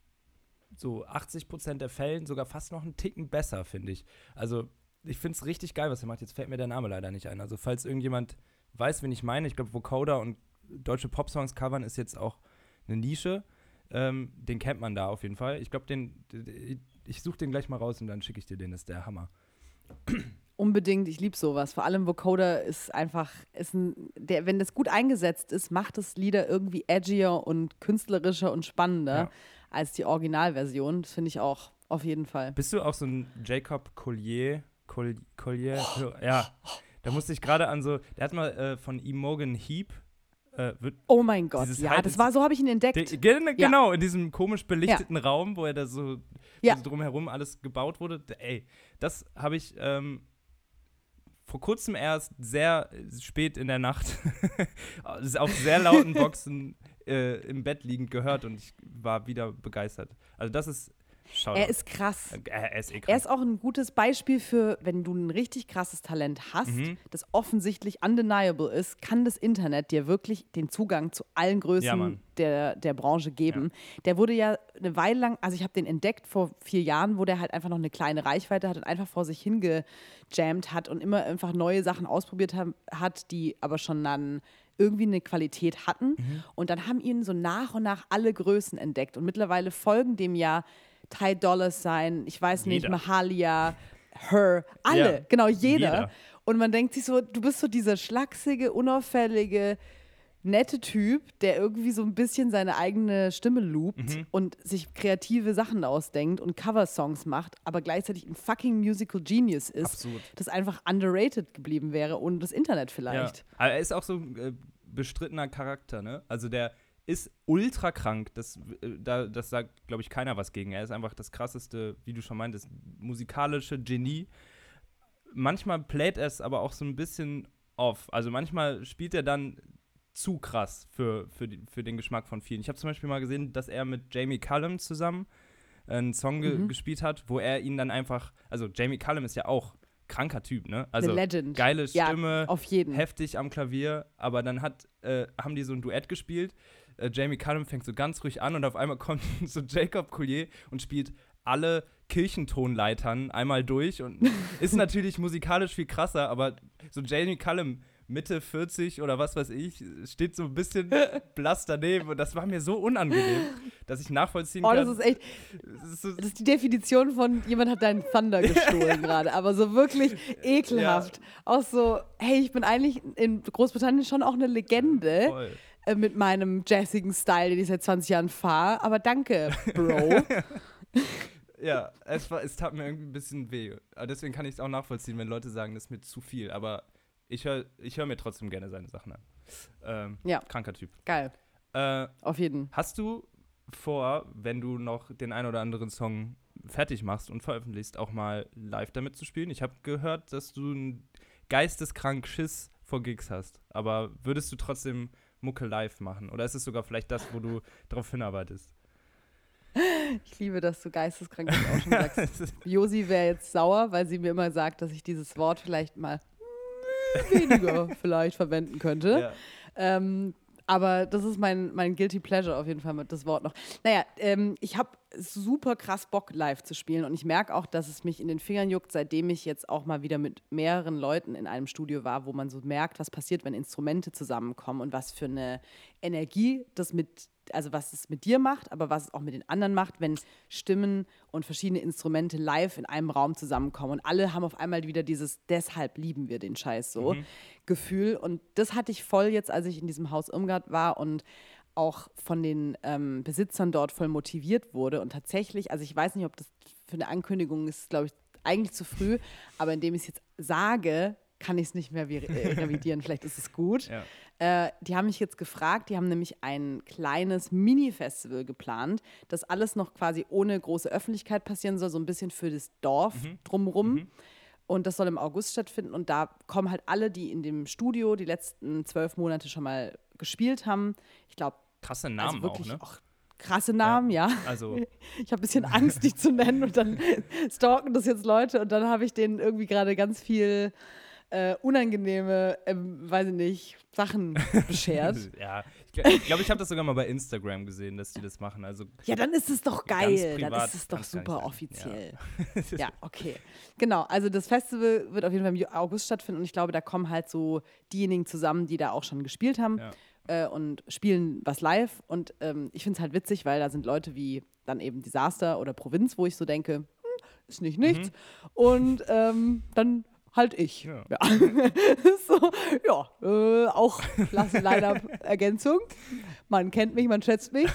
so achtzig Prozent der Fällen sogar fast noch einen Ticken besser, finde ich. Also ich finde es richtig geil, was er macht. Jetzt fällt mir der Name leider nicht ein. Also falls irgendjemand weiß, wen ich meine, ich glaube, Vocoder und deutsche Popsongs covern ist jetzt auch eine Nische. Ähm, den kennt man da auf jeden Fall. Ich glaube, den, d- ich suche den gleich mal raus und dann schicke ich dir den, das ist der Hammer. Unbedingt, ich liebe sowas. Vor allem Vocoder ist einfach, ist ein, der, wenn das gut eingesetzt ist, macht das Lieder irgendwie edgier und künstlerischer und spannender Ja. als die Originalversion. Das finde ich auch auf jeden Fall. Bist du auch so ein Jacob Collier? Col Collier? Ja, da musste ich gerade an so, der hat mal äh, von E. Morgan Heap, äh, wird, Oh mein Gott, Dieses ja, halt- das war, so habe ich ihn entdeckt. der, gen genau, in diesem komisch belichteten Raum, wo er da so, Ja. wo so drumherum alles gebaut wurde. D- Ey, das habe ich ähm, vor kurzem erst sehr spät in der Nacht auf sehr lauten Boxen äh, im Bett liegend gehört und ich war wieder begeistert. Also das ist Shoutout. Er ist krass. Äh, er ist eh krass. Er ist auch ein gutes Beispiel für, wenn du ein richtig krasses Talent hast, Mhm. das offensichtlich undeniable ist, kann das Internet dir wirklich den Zugang zu allen Ja, Größen Mann. der, der Branche geben. Der wurde ja eine Weile lang, also ich habe den entdeckt vor vier Jahren, wo der halt einfach noch eine kleine Reichweite hat und einfach vor sich hingejammt hat und immer einfach neue Sachen ausprobiert haben, hat, die aber schon dann irgendwie eine Qualität hatten. Mhm. Und dann haben ihn so nach und nach alle Größen entdeckt. Und mittlerweile folgen dem ja Ty Dolla Sign, ich weiß nicht, Jeder. Mahalia, Her, alle, Ja, genau, jeder. jeder. Und man denkt sich so, du bist so dieser schlachsige, unauffällige, nette Typ, der irgendwie so ein bisschen seine eigene Stimme loopt Mhm. und sich kreative Sachen ausdenkt und Coversongs macht, aber gleichzeitig ein fucking Musical Genius ist, Absurd. das einfach underrated geblieben wäre ohne das Internet vielleicht. Ja. Aber er ist auch so ein äh, bestrittener Charakter, ne? Also der ist ultra krank. Das, äh, da, das sagt, glaube ich, keiner was gegen. Er ist einfach das krasseste, wie du schon meintest, musikalische Genie. Manchmal playt er es aber auch so ein bisschen off. Also manchmal spielt er dann zu krass für, für, die, für den Geschmack von vielen. Ich habe zum Beispiel mal gesehen, dass er mit Jamie Cullum zusammen einen Song ge Mhm. gespielt hat, wo er ihn dann einfach, also Jamie Cullum ist ja auch kranker Typ, ne? Also Eine Legend. geile Ja, Stimme, auf jeden. heftig am Klavier, aber dann hat, äh, haben die so ein Duett gespielt. Äh, Jamie Cullum fängt so ganz ruhig an und auf einmal kommt so Jacob Collier und spielt alle Kirchentonleitern einmal durch und ist natürlich musikalisch viel krasser, aber so Jamie Cullum Mitte vierzig oder was weiß ich, steht so ein bisschen blass daneben und das war mir so unangenehm, dass ich nachvollziehen Oh, kann. das ist echt, Das ist, so, das ist die Definition von, jemand hat deinen Thunder gestohlen gerade, aber so wirklich ekelhaft. Ja. Auch so, hey, ich bin eigentlich in Großbritannien schon auch eine Legende voll. äh, mit meinem jazzigen Style, den ich seit zwanzig Jahren fahre, aber danke, Bro. Ja, es, war, es tat mir irgendwie ein bisschen weh. Aber deswegen kann ich es auch nachvollziehen, wenn Leute sagen, das ist mir zu viel. Aber ich höre ich hör mir trotzdem gerne seine Sachen an. Ähm, ja. Kranker Typ. Geil. Äh, Auf jeden. Hast du vor, wenn du noch den ein oder anderen Song fertig machst und veröffentlichst, auch mal live damit zu spielen? Ich habe gehört, dass du einen geisteskrank Schiss vor Gigs hast. Aber würdest du trotzdem Mucke live machen? Oder ist es sogar vielleicht das, wo du darauf hinarbeitest? Ich liebe, dass du geisteskrank das auch schon sagst. Josi wäre jetzt sauer, weil sie mir immer sagt, dass ich dieses Wort vielleicht mal weniger vielleicht verwenden könnte. Ja. Ähm, aber das ist mein, mein Guilty Pleasure auf jeden Fall mit das Wort noch. Naja, ähm, ich habe super krass Bock, live zu spielen und ich merke auch, dass es mich in den Fingern juckt, seitdem ich jetzt auch mal wieder mit mehreren Leuten in einem Studio war, wo man so merkt, was passiert, wenn Instrumente zusammenkommen und was für eine Energie das mit also was es mit dir macht, aber was es auch mit den anderen macht, wenn Stimmen und verschiedene Instrumente live in einem Raum zusammenkommen und alle haben auf einmal wieder dieses deshalb lieben wir den Scheiß so mhm. Gefühl und das hatte ich voll jetzt, als ich in diesem Haus Irmgard war und auch von den ähm, Besitzern dort voll motiviert wurde und tatsächlich, also ich weiß nicht, ob das für eine Ankündigung ist, glaube ich, eigentlich zu früh, aber indem ich es jetzt sage, kann ich es nicht mehr revidieren, vielleicht ist es gut. Ja. Äh, die haben mich jetzt gefragt, die haben nämlich ein kleines Mini-Festival geplant, das alles noch quasi ohne große Öffentlichkeit passieren soll, so ein bisschen für das Dorf mhm. drumrum. Mhm. Und das soll im August stattfinden und da kommen halt alle, die in dem Studio die letzten zwölf Monate schon mal gespielt haben. Ich glaube, krasse Namen also wirklich auch, ne? Auch krasse Namen, ja. ja. Also. Ich habe ein bisschen Angst, die zu nennen und dann stalken das jetzt Leute und dann habe ich denen irgendwie gerade ganz viel Äh, unangenehme, ähm, weiß ich nicht, Sachen beschert. Ja, ich glaube, ich, glaub, ich habe das sogar mal bei Instagram gesehen, dass die das machen. Also ja, dann ist es doch geil. Dann ist es doch super offiziell. Ja. Ja, okay. Genau, also das Festival wird auf jeden Fall im August stattfinden und ich glaube, da kommen halt so diejenigen zusammen, die da auch schon gespielt haben ja. äh, und spielen was live. Und ähm, ich finde es halt witzig, weil da sind Leute wie dann eben Disaster oder Provinz, wo ich so denke, hm, ist nicht nichts. Mhm. Und ähm, dann halt ich. Ja. Ja. So, ja, äh, auch klasse Line-Up-Ergänzung. Man kennt mich, man schätzt mich.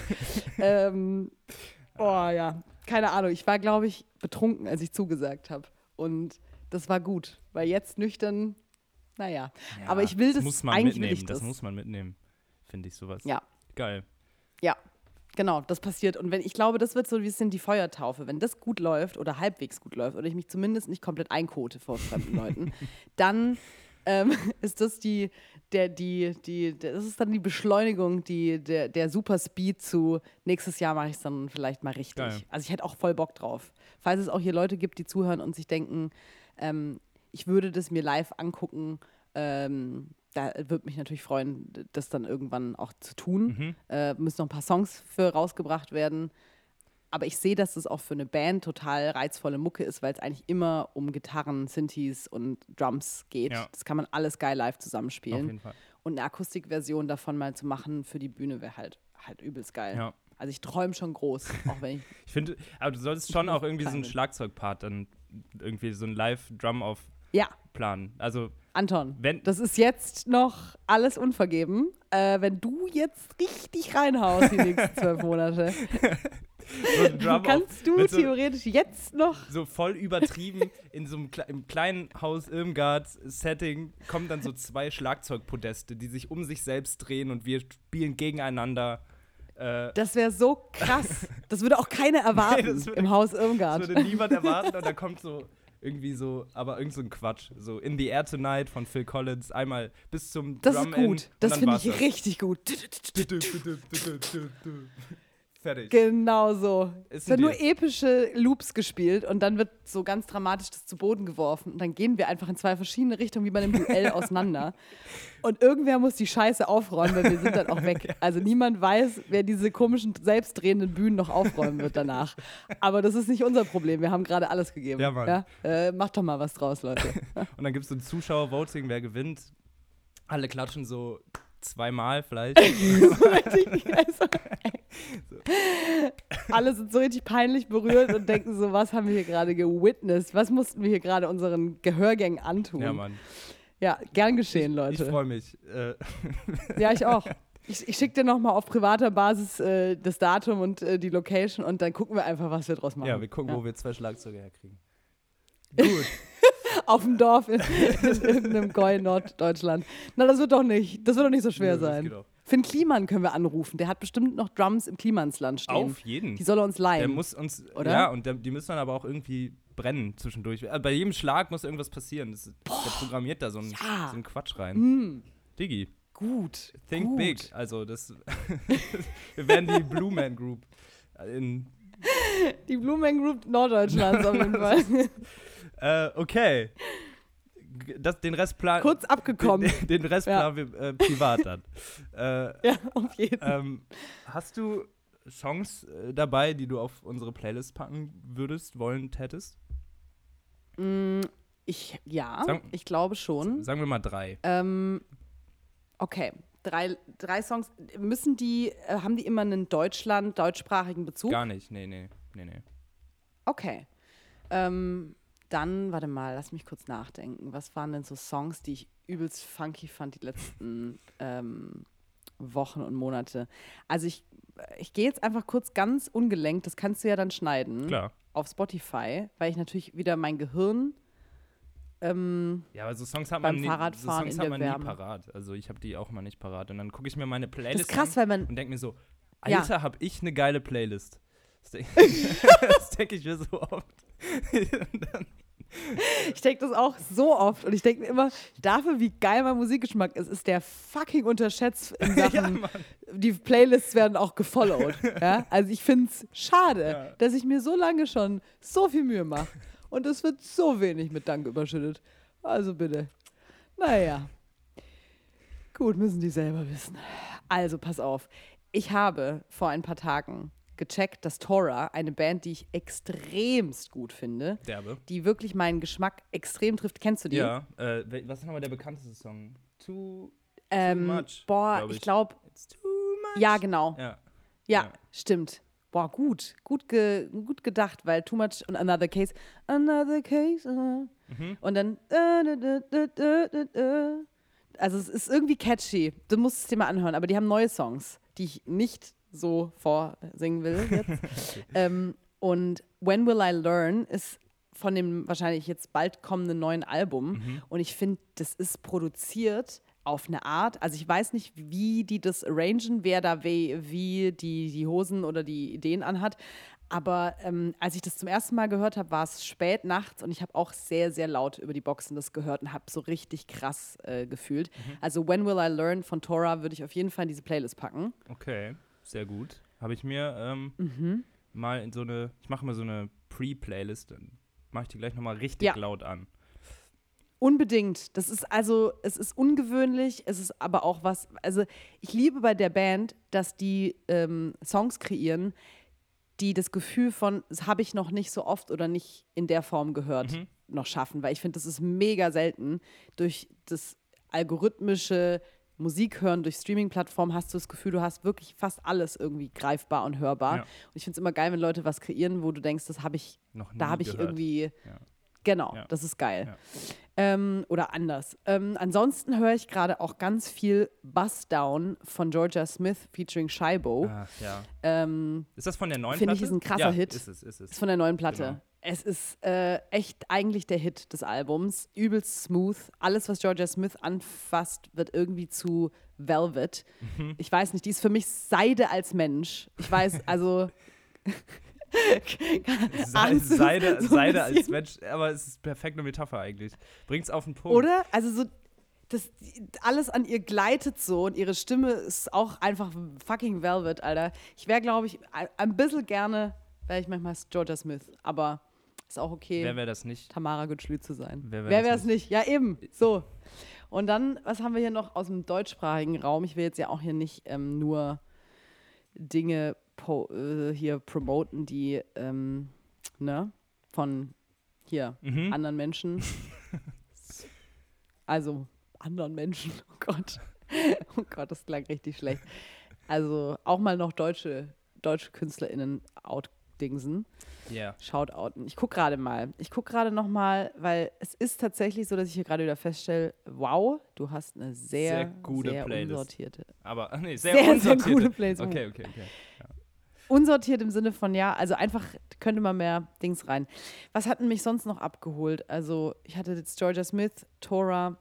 ähm, oh ja, keine Ahnung. Ich war, glaube ich, betrunken, als ich zugesagt habe. Und das war gut, weil jetzt nüchtern, naja. Ja, aber ich will das, muss man eigentlich mitnehmen. will ich das. Das muss man mitnehmen, finde ich sowas. Ja. Geil. Ja. Genau, das passiert. Und wenn ich glaube, das wird so ein bisschen die Feuertaufe. Wenn das gut läuft oder halbwegs gut läuft oder ich mich zumindest nicht komplett einkote vor fremden Leuten, dann ähm, ist das die, der, die, die, der, das ist dann die Beschleunigung, die, der, der Superspeed zu nächstes Jahr mache ich es dann vielleicht mal richtig. Geil. Also ich hätte auch voll Bock drauf. Falls es auch hier Leute gibt, die zuhören und sich denken, ähm, ich würde das mir live angucken, ähm, da würde mich natürlich freuen, das dann irgendwann auch zu tun. Mhm. Äh, müssen noch ein paar Songs für rausgebracht werden. Aber ich sehe, dass das auch für eine Band total reizvolle Mucke ist, weil es eigentlich immer um Gitarren, Synthes und Drums geht. Ja. Das kann man alles geil live zusammenspielen. Auf jeden Fall. Und eine Akustikversion davon mal zu machen für die Bühne wäre halt, halt übelst geil. Ja. Also ich träume schon groß, auch wenn ich Ich finde, aber du solltest schon auch irgendwie so einen Schlagzeugpart dann irgendwie so ein Live-Drum auf ja. planen. Also Anton, wenn das ist jetzt noch alles unvergeben. Äh, wenn du jetzt richtig reinhaust die nächsten zwölf Monate, so kannst du so, theoretisch jetzt noch so voll übertrieben in so einem Kle- im kleinen Haus Irmgard-Setting kommen dann so zwei Schlagzeugpodeste, die sich um sich selbst drehen und wir spielen gegeneinander. Äh, das wäre so krass. Das würde auch keiner erwarten nee, würde, im Haus Irmgard. Das würde niemand erwarten und da kommt so irgendwie so, aber irgend so ein Quatsch. So In the Air Tonight von Phil Collins, einmal bis zum das Drum ist gut. End. Das finde ich das. richtig gut. Fertig. Genau so. Es werden nur epische Loops gespielt und dann wird so ganz dramatisch das zu Boden geworfen und dann gehen wir einfach in zwei verschiedene Richtungen wie bei einem Duell auseinander. Und irgendwer muss die Scheiße aufräumen, weil wir sind dann auch weg. Also niemand weiß, wer diese komischen, selbstdrehenden Bühnen noch aufräumen wird danach. Aber das ist nicht unser Problem. Wir haben gerade alles gegeben. Ja, Mann. Ja? Äh, macht doch mal was draus, Leute. Und dann gibt es so ein Zuschauer-Voting, wer gewinnt. Alle klatschen so zweimal vielleicht. So richtig, also, so. Alle sind so richtig peinlich berührt und denken so, was haben wir hier gerade gewitnessed? Was mussten wir hier gerade unseren Gehörgängen antun? Ja, Mann. Ja, gern geschehen, Leute. Ich freue mich. Äh. Ja, ich auch. Ich, ich schicke dir nochmal auf privater Basis äh, das Datum und äh, die Location und dann gucken wir einfach, was wir draus machen. Ja, wir gucken, ja. wo wir zwei Schlagzeuge herkriegen. Gut. Auf dem Dorf in, in irgendeinem Gäu in Norddeutschland. Na, das wird doch nicht, das wird doch nicht so schwer Nö, das geht sein. auch. Finn Kliman können wir anrufen. Der hat bestimmt noch Drums im Klimansland stehen. Auf jeden. Die soll er uns leihen. Der muss uns, oder? Ja, und der, die müssen dann aber auch irgendwie brennen zwischendurch. Äh, Bei jedem Schlag muss irgendwas passieren. Das, der programmiert da so einen, ja. so einen Quatsch rein. Mm. Diggi. Gut. Think gut. big. Also das wir werden die Blue Man Group in Die Blue Man Group Norddeutschlands auf jeden Fall. äh, okay. Das, den Rest planen. Kurz abgekommen. Den, den Rest ja. planen wir äh, privat dann. äh, ja, auf jeden Fall. ähm, hast du Songs äh, dabei, die du auf unsere Playlist packen würdest, wollen, tätest? Mm, ich, ja, Sag, ich glaube schon. Sagen wir mal drei. Ähm, okay, drei, drei Songs. Müssen die, äh, haben die immer einen Deutschland, deutschsprachigen Bezug? Gar nicht, nee, nee, nee, nee. Okay. Ähm, dann, warte mal, lass mich kurz nachdenken. Was waren denn so Songs, die ich übelst funky fand die letzten ähm, Wochen und Monate? Also ich, ich gehe jetzt einfach kurz ganz ungelenkt, das kannst du ja dann schneiden. Klar. Auf Spotify, weil ich natürlich wieder mein Gehirn ähm, ja, aber so Songs hat beim man, nie, Fahrradfahren so Songs in hat der man Wärme. nie parat. Also ich habe die auch mal nicht parat. Und dann gucke ich mir meine Das Playlist ist krass, an weil man und denke mir so, Ja. Alter, hab ich eine geile Playlist. Das denke denk ich mir so oft. Und dann, Ich denke das auch so oft und ich denke mir immer, dafür, wie geil mein Musikgeschmack ist, ist der fucking unterschätzt in Sachen, ja, Mann. die Playlists werden auch gefollowt. Ja? Also ich finde es schade, Ja. dass ich mir so lange schon so viel Mühe mache und es wird so wenig mit Dank überschüttet. Also bitte. Naja. Gut, müssen die selber wissen. Also pass auf. Ich habe vor ein paar Tagen gecheckt, dass Tora, eine Band, die ich extremst gut finde, Derbe. die wirklich meinen Geschmack extrem trifft. Kennst du die? Ja, äh, wel- was ist nochmal der bekannteste Song? Too, Ähm, too much. boah, glaub ich glaube, It's too much. ja, genau. Ja, Ja. Ja. stimmt. Boah, gut. Gut, ge gut gedacht, weil Too Much und Another Case. Another Case. Uh. Mhm. Und dann. Uh, da, da, da, da, da, da. Also, es ist irgendwie catchy. Du musst es dir mal anhören. Aber die haben neue Songs, die ich nicht so vorsingen will jetzt. Okay. ähm, und When Will I Learn ist von dem wahrscheinlich jetzt bald kommenden neuen Album. Mhm. Und ich finde, das ist produziert auf eine Art, also ich weiß nicht, wie die das arrangen, wer da wie, wie die, die Hosen oder die Ideen anhat, aber ähm, als ich das zum ersten Mal gehört habe, war es spät nachts und ich habe auch sehr, sehr laut über die Boxen das gehört und habe so richtig krass äh, gefühlt. Mhm. Also When Will I Learn von Tora würde ich auf jeden Fall in diese Playlist packen. Okay, sehr gut. Habe ich mir ähm, Mhm. mal in so eine, ich mache mal so eine Pre-Playlist, dann mache ich die gleich nochmal richtig Ja. laut an. Unbedingt. Das ist also, es ist ungewöhnlich, es ist aber auch was, also ich liebe bei der Band, dass die ähm, Songs kreieren, die das Gefühl von, das habe ich noch nicht so oft oder nicht in der Form gehört, Mhm. noch schaffen, weil ich finde, das ist mega selten. Durch das algorithmische Musikhören, durch Streaming-Plattformen hast du das Gefühl, du hast wirklich fast alles irgendwie greifbar und hörbar. Ja. Und ich finde es immer geil, wenn Leute was kreieren, wo du denkst, das habe ich, Noch da nie habe ich gehört. irgendwie, Ja. genau, Ja. das ist geil. Ja. Ähm, oder anders. Ähm, ansonsten höre ich gerade auch ganz viel Bust Down von Georgia Smith featuring Shibo. Ach, ja. Ähm, Ist das von der neuen Finde ich, Platte? ist ein krasser ja, Hit. Ist es, ist es. ist von der neuen Platte. Genau. Es ist äh, echt eigentlich der Hit des Albums. Übelst smooth. Alles, was Georgia Smith anfasst, wird irgendwie zu Velvet. Mhm. Ich weiß nicht, die ist für mich Seide als Mensch. Ich weiß, also Se Ahnst du, Seide, so ein Seide als bisschen? Mensch, aber es ist perfekte Metapher eigentlich. Bringt's auf den Punkt. Oder? Also so, das, alles an ihr gleitet so und ihre Stimme ist auch einfach fucking Velvet, Alter. Ich wäre, glaube ich, ein, ein bisschen gerne, wäre ich manchmal Georgia Smith, aber ist auch okay, Wer wäre das nicht? Tamara Gütschlü zu sein. Wer wär Wer das wäre es nicht? Ja, eben. So. Und dann, was haben wir hier noch aus dem deutschsprachigen Raum? Ich will jetzt ja auch hier nicht ähm, nur Dinge po äh, hier promoten, die, ähm, ne, von hier Mhm. anderen Menschen. Also anderen Menschen. Oh Gott. Oh Gott, das klang richtig schlecht. Also auch mal noch deutsche, deutsche KünstlerInnen outdingsen. Ja. Yeah. Shoutouten. Ich gucke gerade mal. Ich gucke gerade noch mal, weil es ist tatsächlich so, dass ich hier gerade wieder feststelle, wow, du hast eine sehr, sehr gute sehr Playlist. Unsortierte. Aber, nee, sehr, sehr, unsortierte. sehr gute Playlist. Okay, okay, okay. Ja. Unsortiert im Sinne von, ja, also einfach könnte man mehr Dings rein. Was hat mich sonst noch abgeholt? Also ich hatte jetzt Georgia Smith, Tora.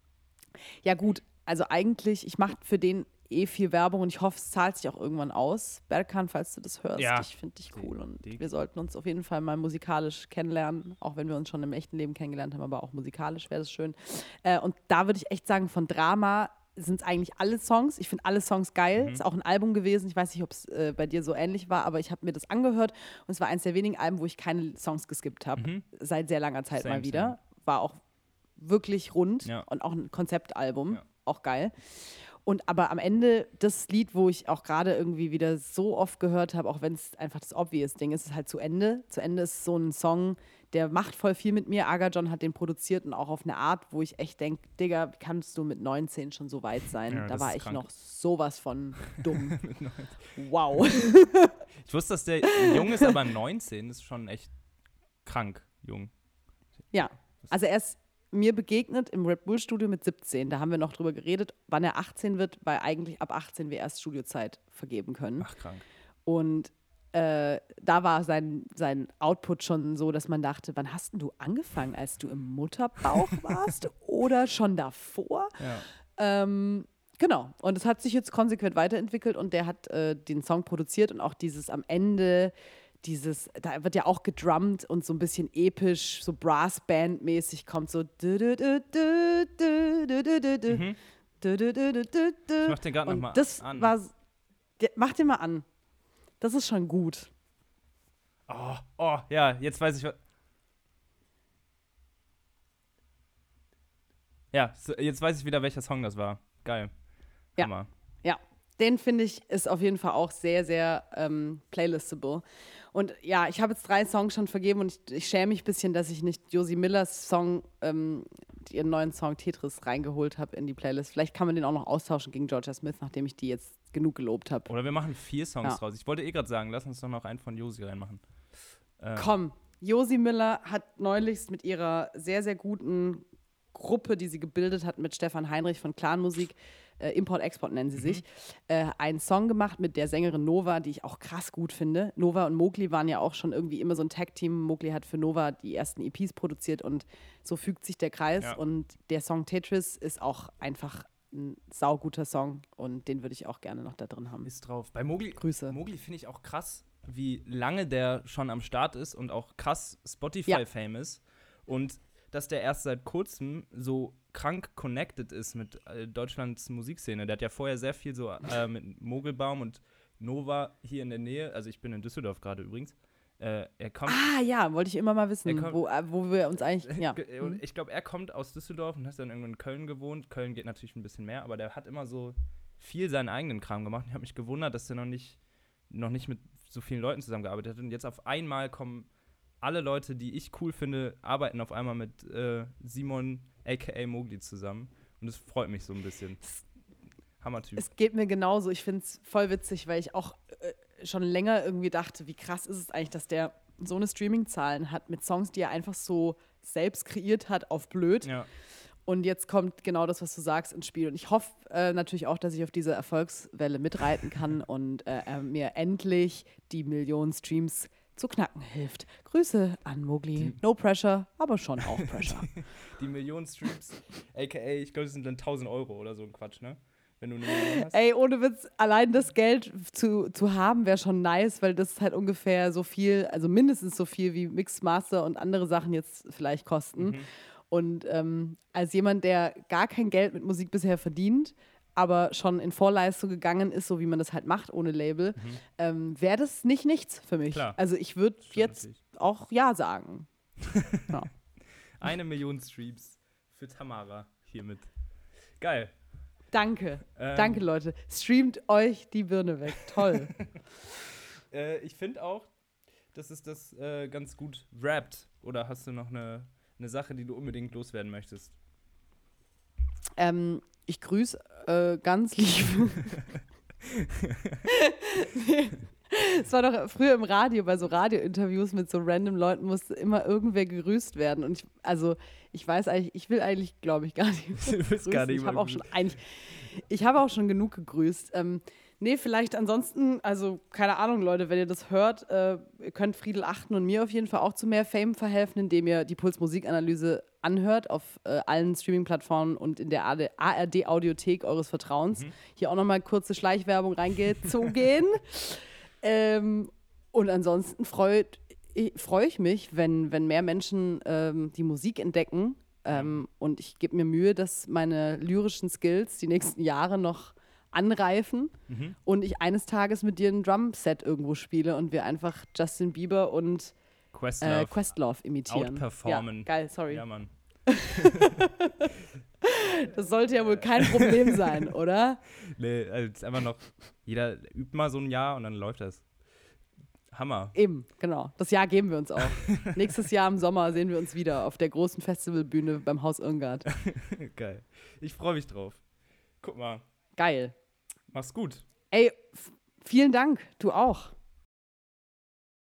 Ja gut, also eigentlich, ich mache für den eh viel Werbung und ich hoffe, es zahlt sich auch irgendwann aus. Berkan, falls du das hörst, Ja. ich finde dich cool und Die- wir sollten uns auf jeden Fall mal musikalisch kennenlernen, auch wenn wir uns schon im echten Leben kennengelernt haben, aber auch musikalisch wäre das schön. Äh, und da würde ich echt sagen, von Drama sind es eigentlich alle Songs. Ich finde alle Songs geil. Mhm. Ist auch ein Album gewesen. Ich weiß nicht, ob es äh, bei dir so ähnlich war, aber ich habe mir das angehört und es war eines der wenigen Alben, wo ich keine Songs geskippt habe. Mhm. Seit sehr langer Zeit Same, mal wieder. same. War auch wirklich rund Ja. und auch ein Konzeptalbum. Ja. Auch geil. Und aber am Ende das Lied, wo ich auch gerade irgendwie wieder so oft gehört habe, auch wenn es einfach das Obvious-Ding ist, ist halt zu Ende. Zu Ende ist so ein Song, der macht voll viel mit mir. Aga John hat den produziert und auch auf eine Art, wo ich echt denke, Digga, wie kannst du mit neunzehn schon so weit sein? Ja, da das war ist ich krank. noch sowas von dumm. Wow. Ich wusste, dass der jung ist, aber neunzehn ist schon echt krank jung. Ja, also er ist mir begegnet im Red Bull Studio mit siebzehn. Da haben wir noch drüber geredet, wann er achtzehn wird, weil eigentlich ab achtzehn wir erst Studiozeit vergeben können. Ach, krank. Und äh, da war sein, sein Output schon so, dass man dachte, wann hast denn du angefangen, als du im Mutterbauch warst oder schon davor? Ja. Ähm, genau. Und es hat sich jetzt konsequent weiterentwickelt und der hat äh, den Song produziert und auch dieses am Ende, dieses, da wird ja auch gedrummt und so ein bisschen episch, so Brassband-mäßig kommt so. Du, du, du, du, du, du, du, du, du, Mhm. du, du, du, du, du. Ich mach den gerade Und nochmal das an. war, der- mach den mal an. Das ist schon gut. Oh, oh, ja, jetzt weiß ich was. Ja, so, jetzt weiß ich wieder, welcher Song das war. Geil. Ja. Hammer. Ja, den finde ich ist auf jeden Fall auch sehr, sehr ähm, playlistable. Und ja, ich habe jetzt drei Songs schon vergeben und ich, ich schäme mich ein bisschen, dass ich nicht Josie Millers Song, ähm, ihren neuen Song Tetris reingeholt habe in die Playlist. Vielleicht kann man den auch noch austauschen gegen Georgia Smith, nachdem ich die jetzt genug gelobt habe. Oder wir machen vier Songs Ja. raus. Ich wollte eh gerade sagen, lass uns doch noch einen von Josi reinmachen. Äh, Komm, Josie Miller hat neulich mit ihrer sehr, sehr guten Gruppe, die sie gebildet hat mit Stefan Heinrich von Clanmusik, äh, Import-Export nennen sie sich, äh, einen Song gemacht mit der Sängerin Nova, die ich auch krass gut finde. Nova und Mowgli waren ja auch schon irgendwie immer so ein Tag-Team. Mowgli hat für Nova die ersten E Ps produziert und so fügt sich der Kreis. Ja. Und der Song Tetris ist auch einfach ein sauguter Song und den würde ich auch gerne noch da drin haben. ist drauf. Bei Mowgli, Grüße. Mowgli finde ich auch krass, wie lange der schon am Start ist und auch krass Ja. Spotify-Fame ist. Und dass der erst seit kurzem so krank connected ist mit äh, Deutschlands Musikszene. Der hat ja vorher sehr viel so äh, mit Mogelbaum und Nova hier in der Nähe. Also ich bin in Düsseldorf gerade übrigens. Äh, er kommt. Ah ja, wollte ich immer mal wissen, Er kommt- wo, äh, wo wir uns eigentlich, ja. Ge- und Ich glaube, er kommt aus Düsseldorf und hat dann irgendwo in Köln gewohnt. Köln geht natürlich ein bisschen mehr, aber der hat immer so viel seinen eigenen Kram gemacht. Ich habe mich gewundert, dass der noch nicht, noch nicht mit so vielen Leuten zusammengearbeitet hat. Und jetzt auf einmal kommen alle Leute, die ich cool finde, arbeiten auf einmal mit äh, Simon aka Mowgli zusammen. Und das freut mich so ein bisschen. Hammer-Typ. Es geht mir genauso. Ich finde es voll witzig, weil ich auch äh, schon länger irgendwie dachte, wie krass ist es eigentlich, dass der so eine Streaming-Zahlen hat mit Songs, die er einfach so selbst kreiert hat auf blöd. Ja. Und jetzt kommt genau das, was du sagst, ins Spiel. Und ich hoffe äh, natürlich auch, dass ich auf diese Erfolgswelle mitreiten kann und äh, er mir endlich die Millionen Streams zu knacken hilft. Grüße an Mowgli. No pressure, aber schon auch pressure. Die Millionen Streams, aka, ich glaube, das sind dann tausend Euro oder so ein Quatsch, ne? Wenn du eine Million hast. Ey, ohne Witz, allein das Geld zu, zu haben wäre schon nice, weil das ist halt ungefähr so viel, also mindestens so viel wie Mixmaster und andere Sachen jetzt vielleicht kosten. Mhm. Und ähm, als jemand, der gar kein Geld mit Musik bisher verdient, aber schon in Vorleistung gegangen ist, so wie man das halt macht ohne Label, Mhm. ähm, wäre das nicht nichts für mich. Klar. Also ich würde Stimmt jetzt natürlich. auch Ja sagen. Ja. Eine Million Streams für Tamara hiermit. Geil. Danke. Ähm, Danke, Leute. Streamt euch die Birne weg. Toll. Äh, ich finde auch, dass es das äh, ganz gut rappt. Oder hast du noch eine, eine Sache, die du unbedingt loswerden möchtest? Ähm, ich grüße äh, ganz lieb. Nee. Es war doch früher im Radio, bei so Radiointerviews mit so random Leuten musste immer irgendwer gegrüßt werden. Und ich, also ich weiß eigentlich, ich will eigentlich, glaube ich, gar nicht. Du willst gar nicht Ich habe auch schon eigentlich, ich habe auch schon genug gegrüßt. Ähm, nee, vielleicht ansonsten, also keine Ahnung, Leute, wenn ihr das hört, äh, ihr könnt Friedel achten und mir auf jeden Fall auch zu mehr Fame verhelfen, indem ihr die Puls-Musikanalyse anhört auf äh, allen Streaming-Plattformen und in der A R D-Audiothek eures Vertrauens. Mhm. Hier auch nochmal kurze Schleichwerbung reingezogen. Ähm, und ansonsten freut, freue ich mich, wenn, wenn mehr Menschen ähm, die Musik entdecken. Ähm, und ich gebe mir Mühe, dass meine lyrischen Skills die nächsten Jahre noch anreifen mhm. und ich eines Tages mit dir ein Drumset irgendwo spiele und wir einfach Justin Bieber und Questlove, äh, Questlove imitieren. Outperformen. Ja, geil, sorry. Ja, Mann. Das sollte ja wohl kein Problem sein, oder? Nee, also es ist einfach noch, jeder übt mal so ein Jahr und dann läuft das. Hammer. Eben, genau. Das Jahr geben wir uns auch. Nächstes Jahr im Sommer sehen wir uns wieder auf der großen Festivalbühne beim Haus Irmgard. Geil. Ich freue mich drauf. Guck mal. Geil. Mach's gut. Ey, f- vielen Dank. Du auch.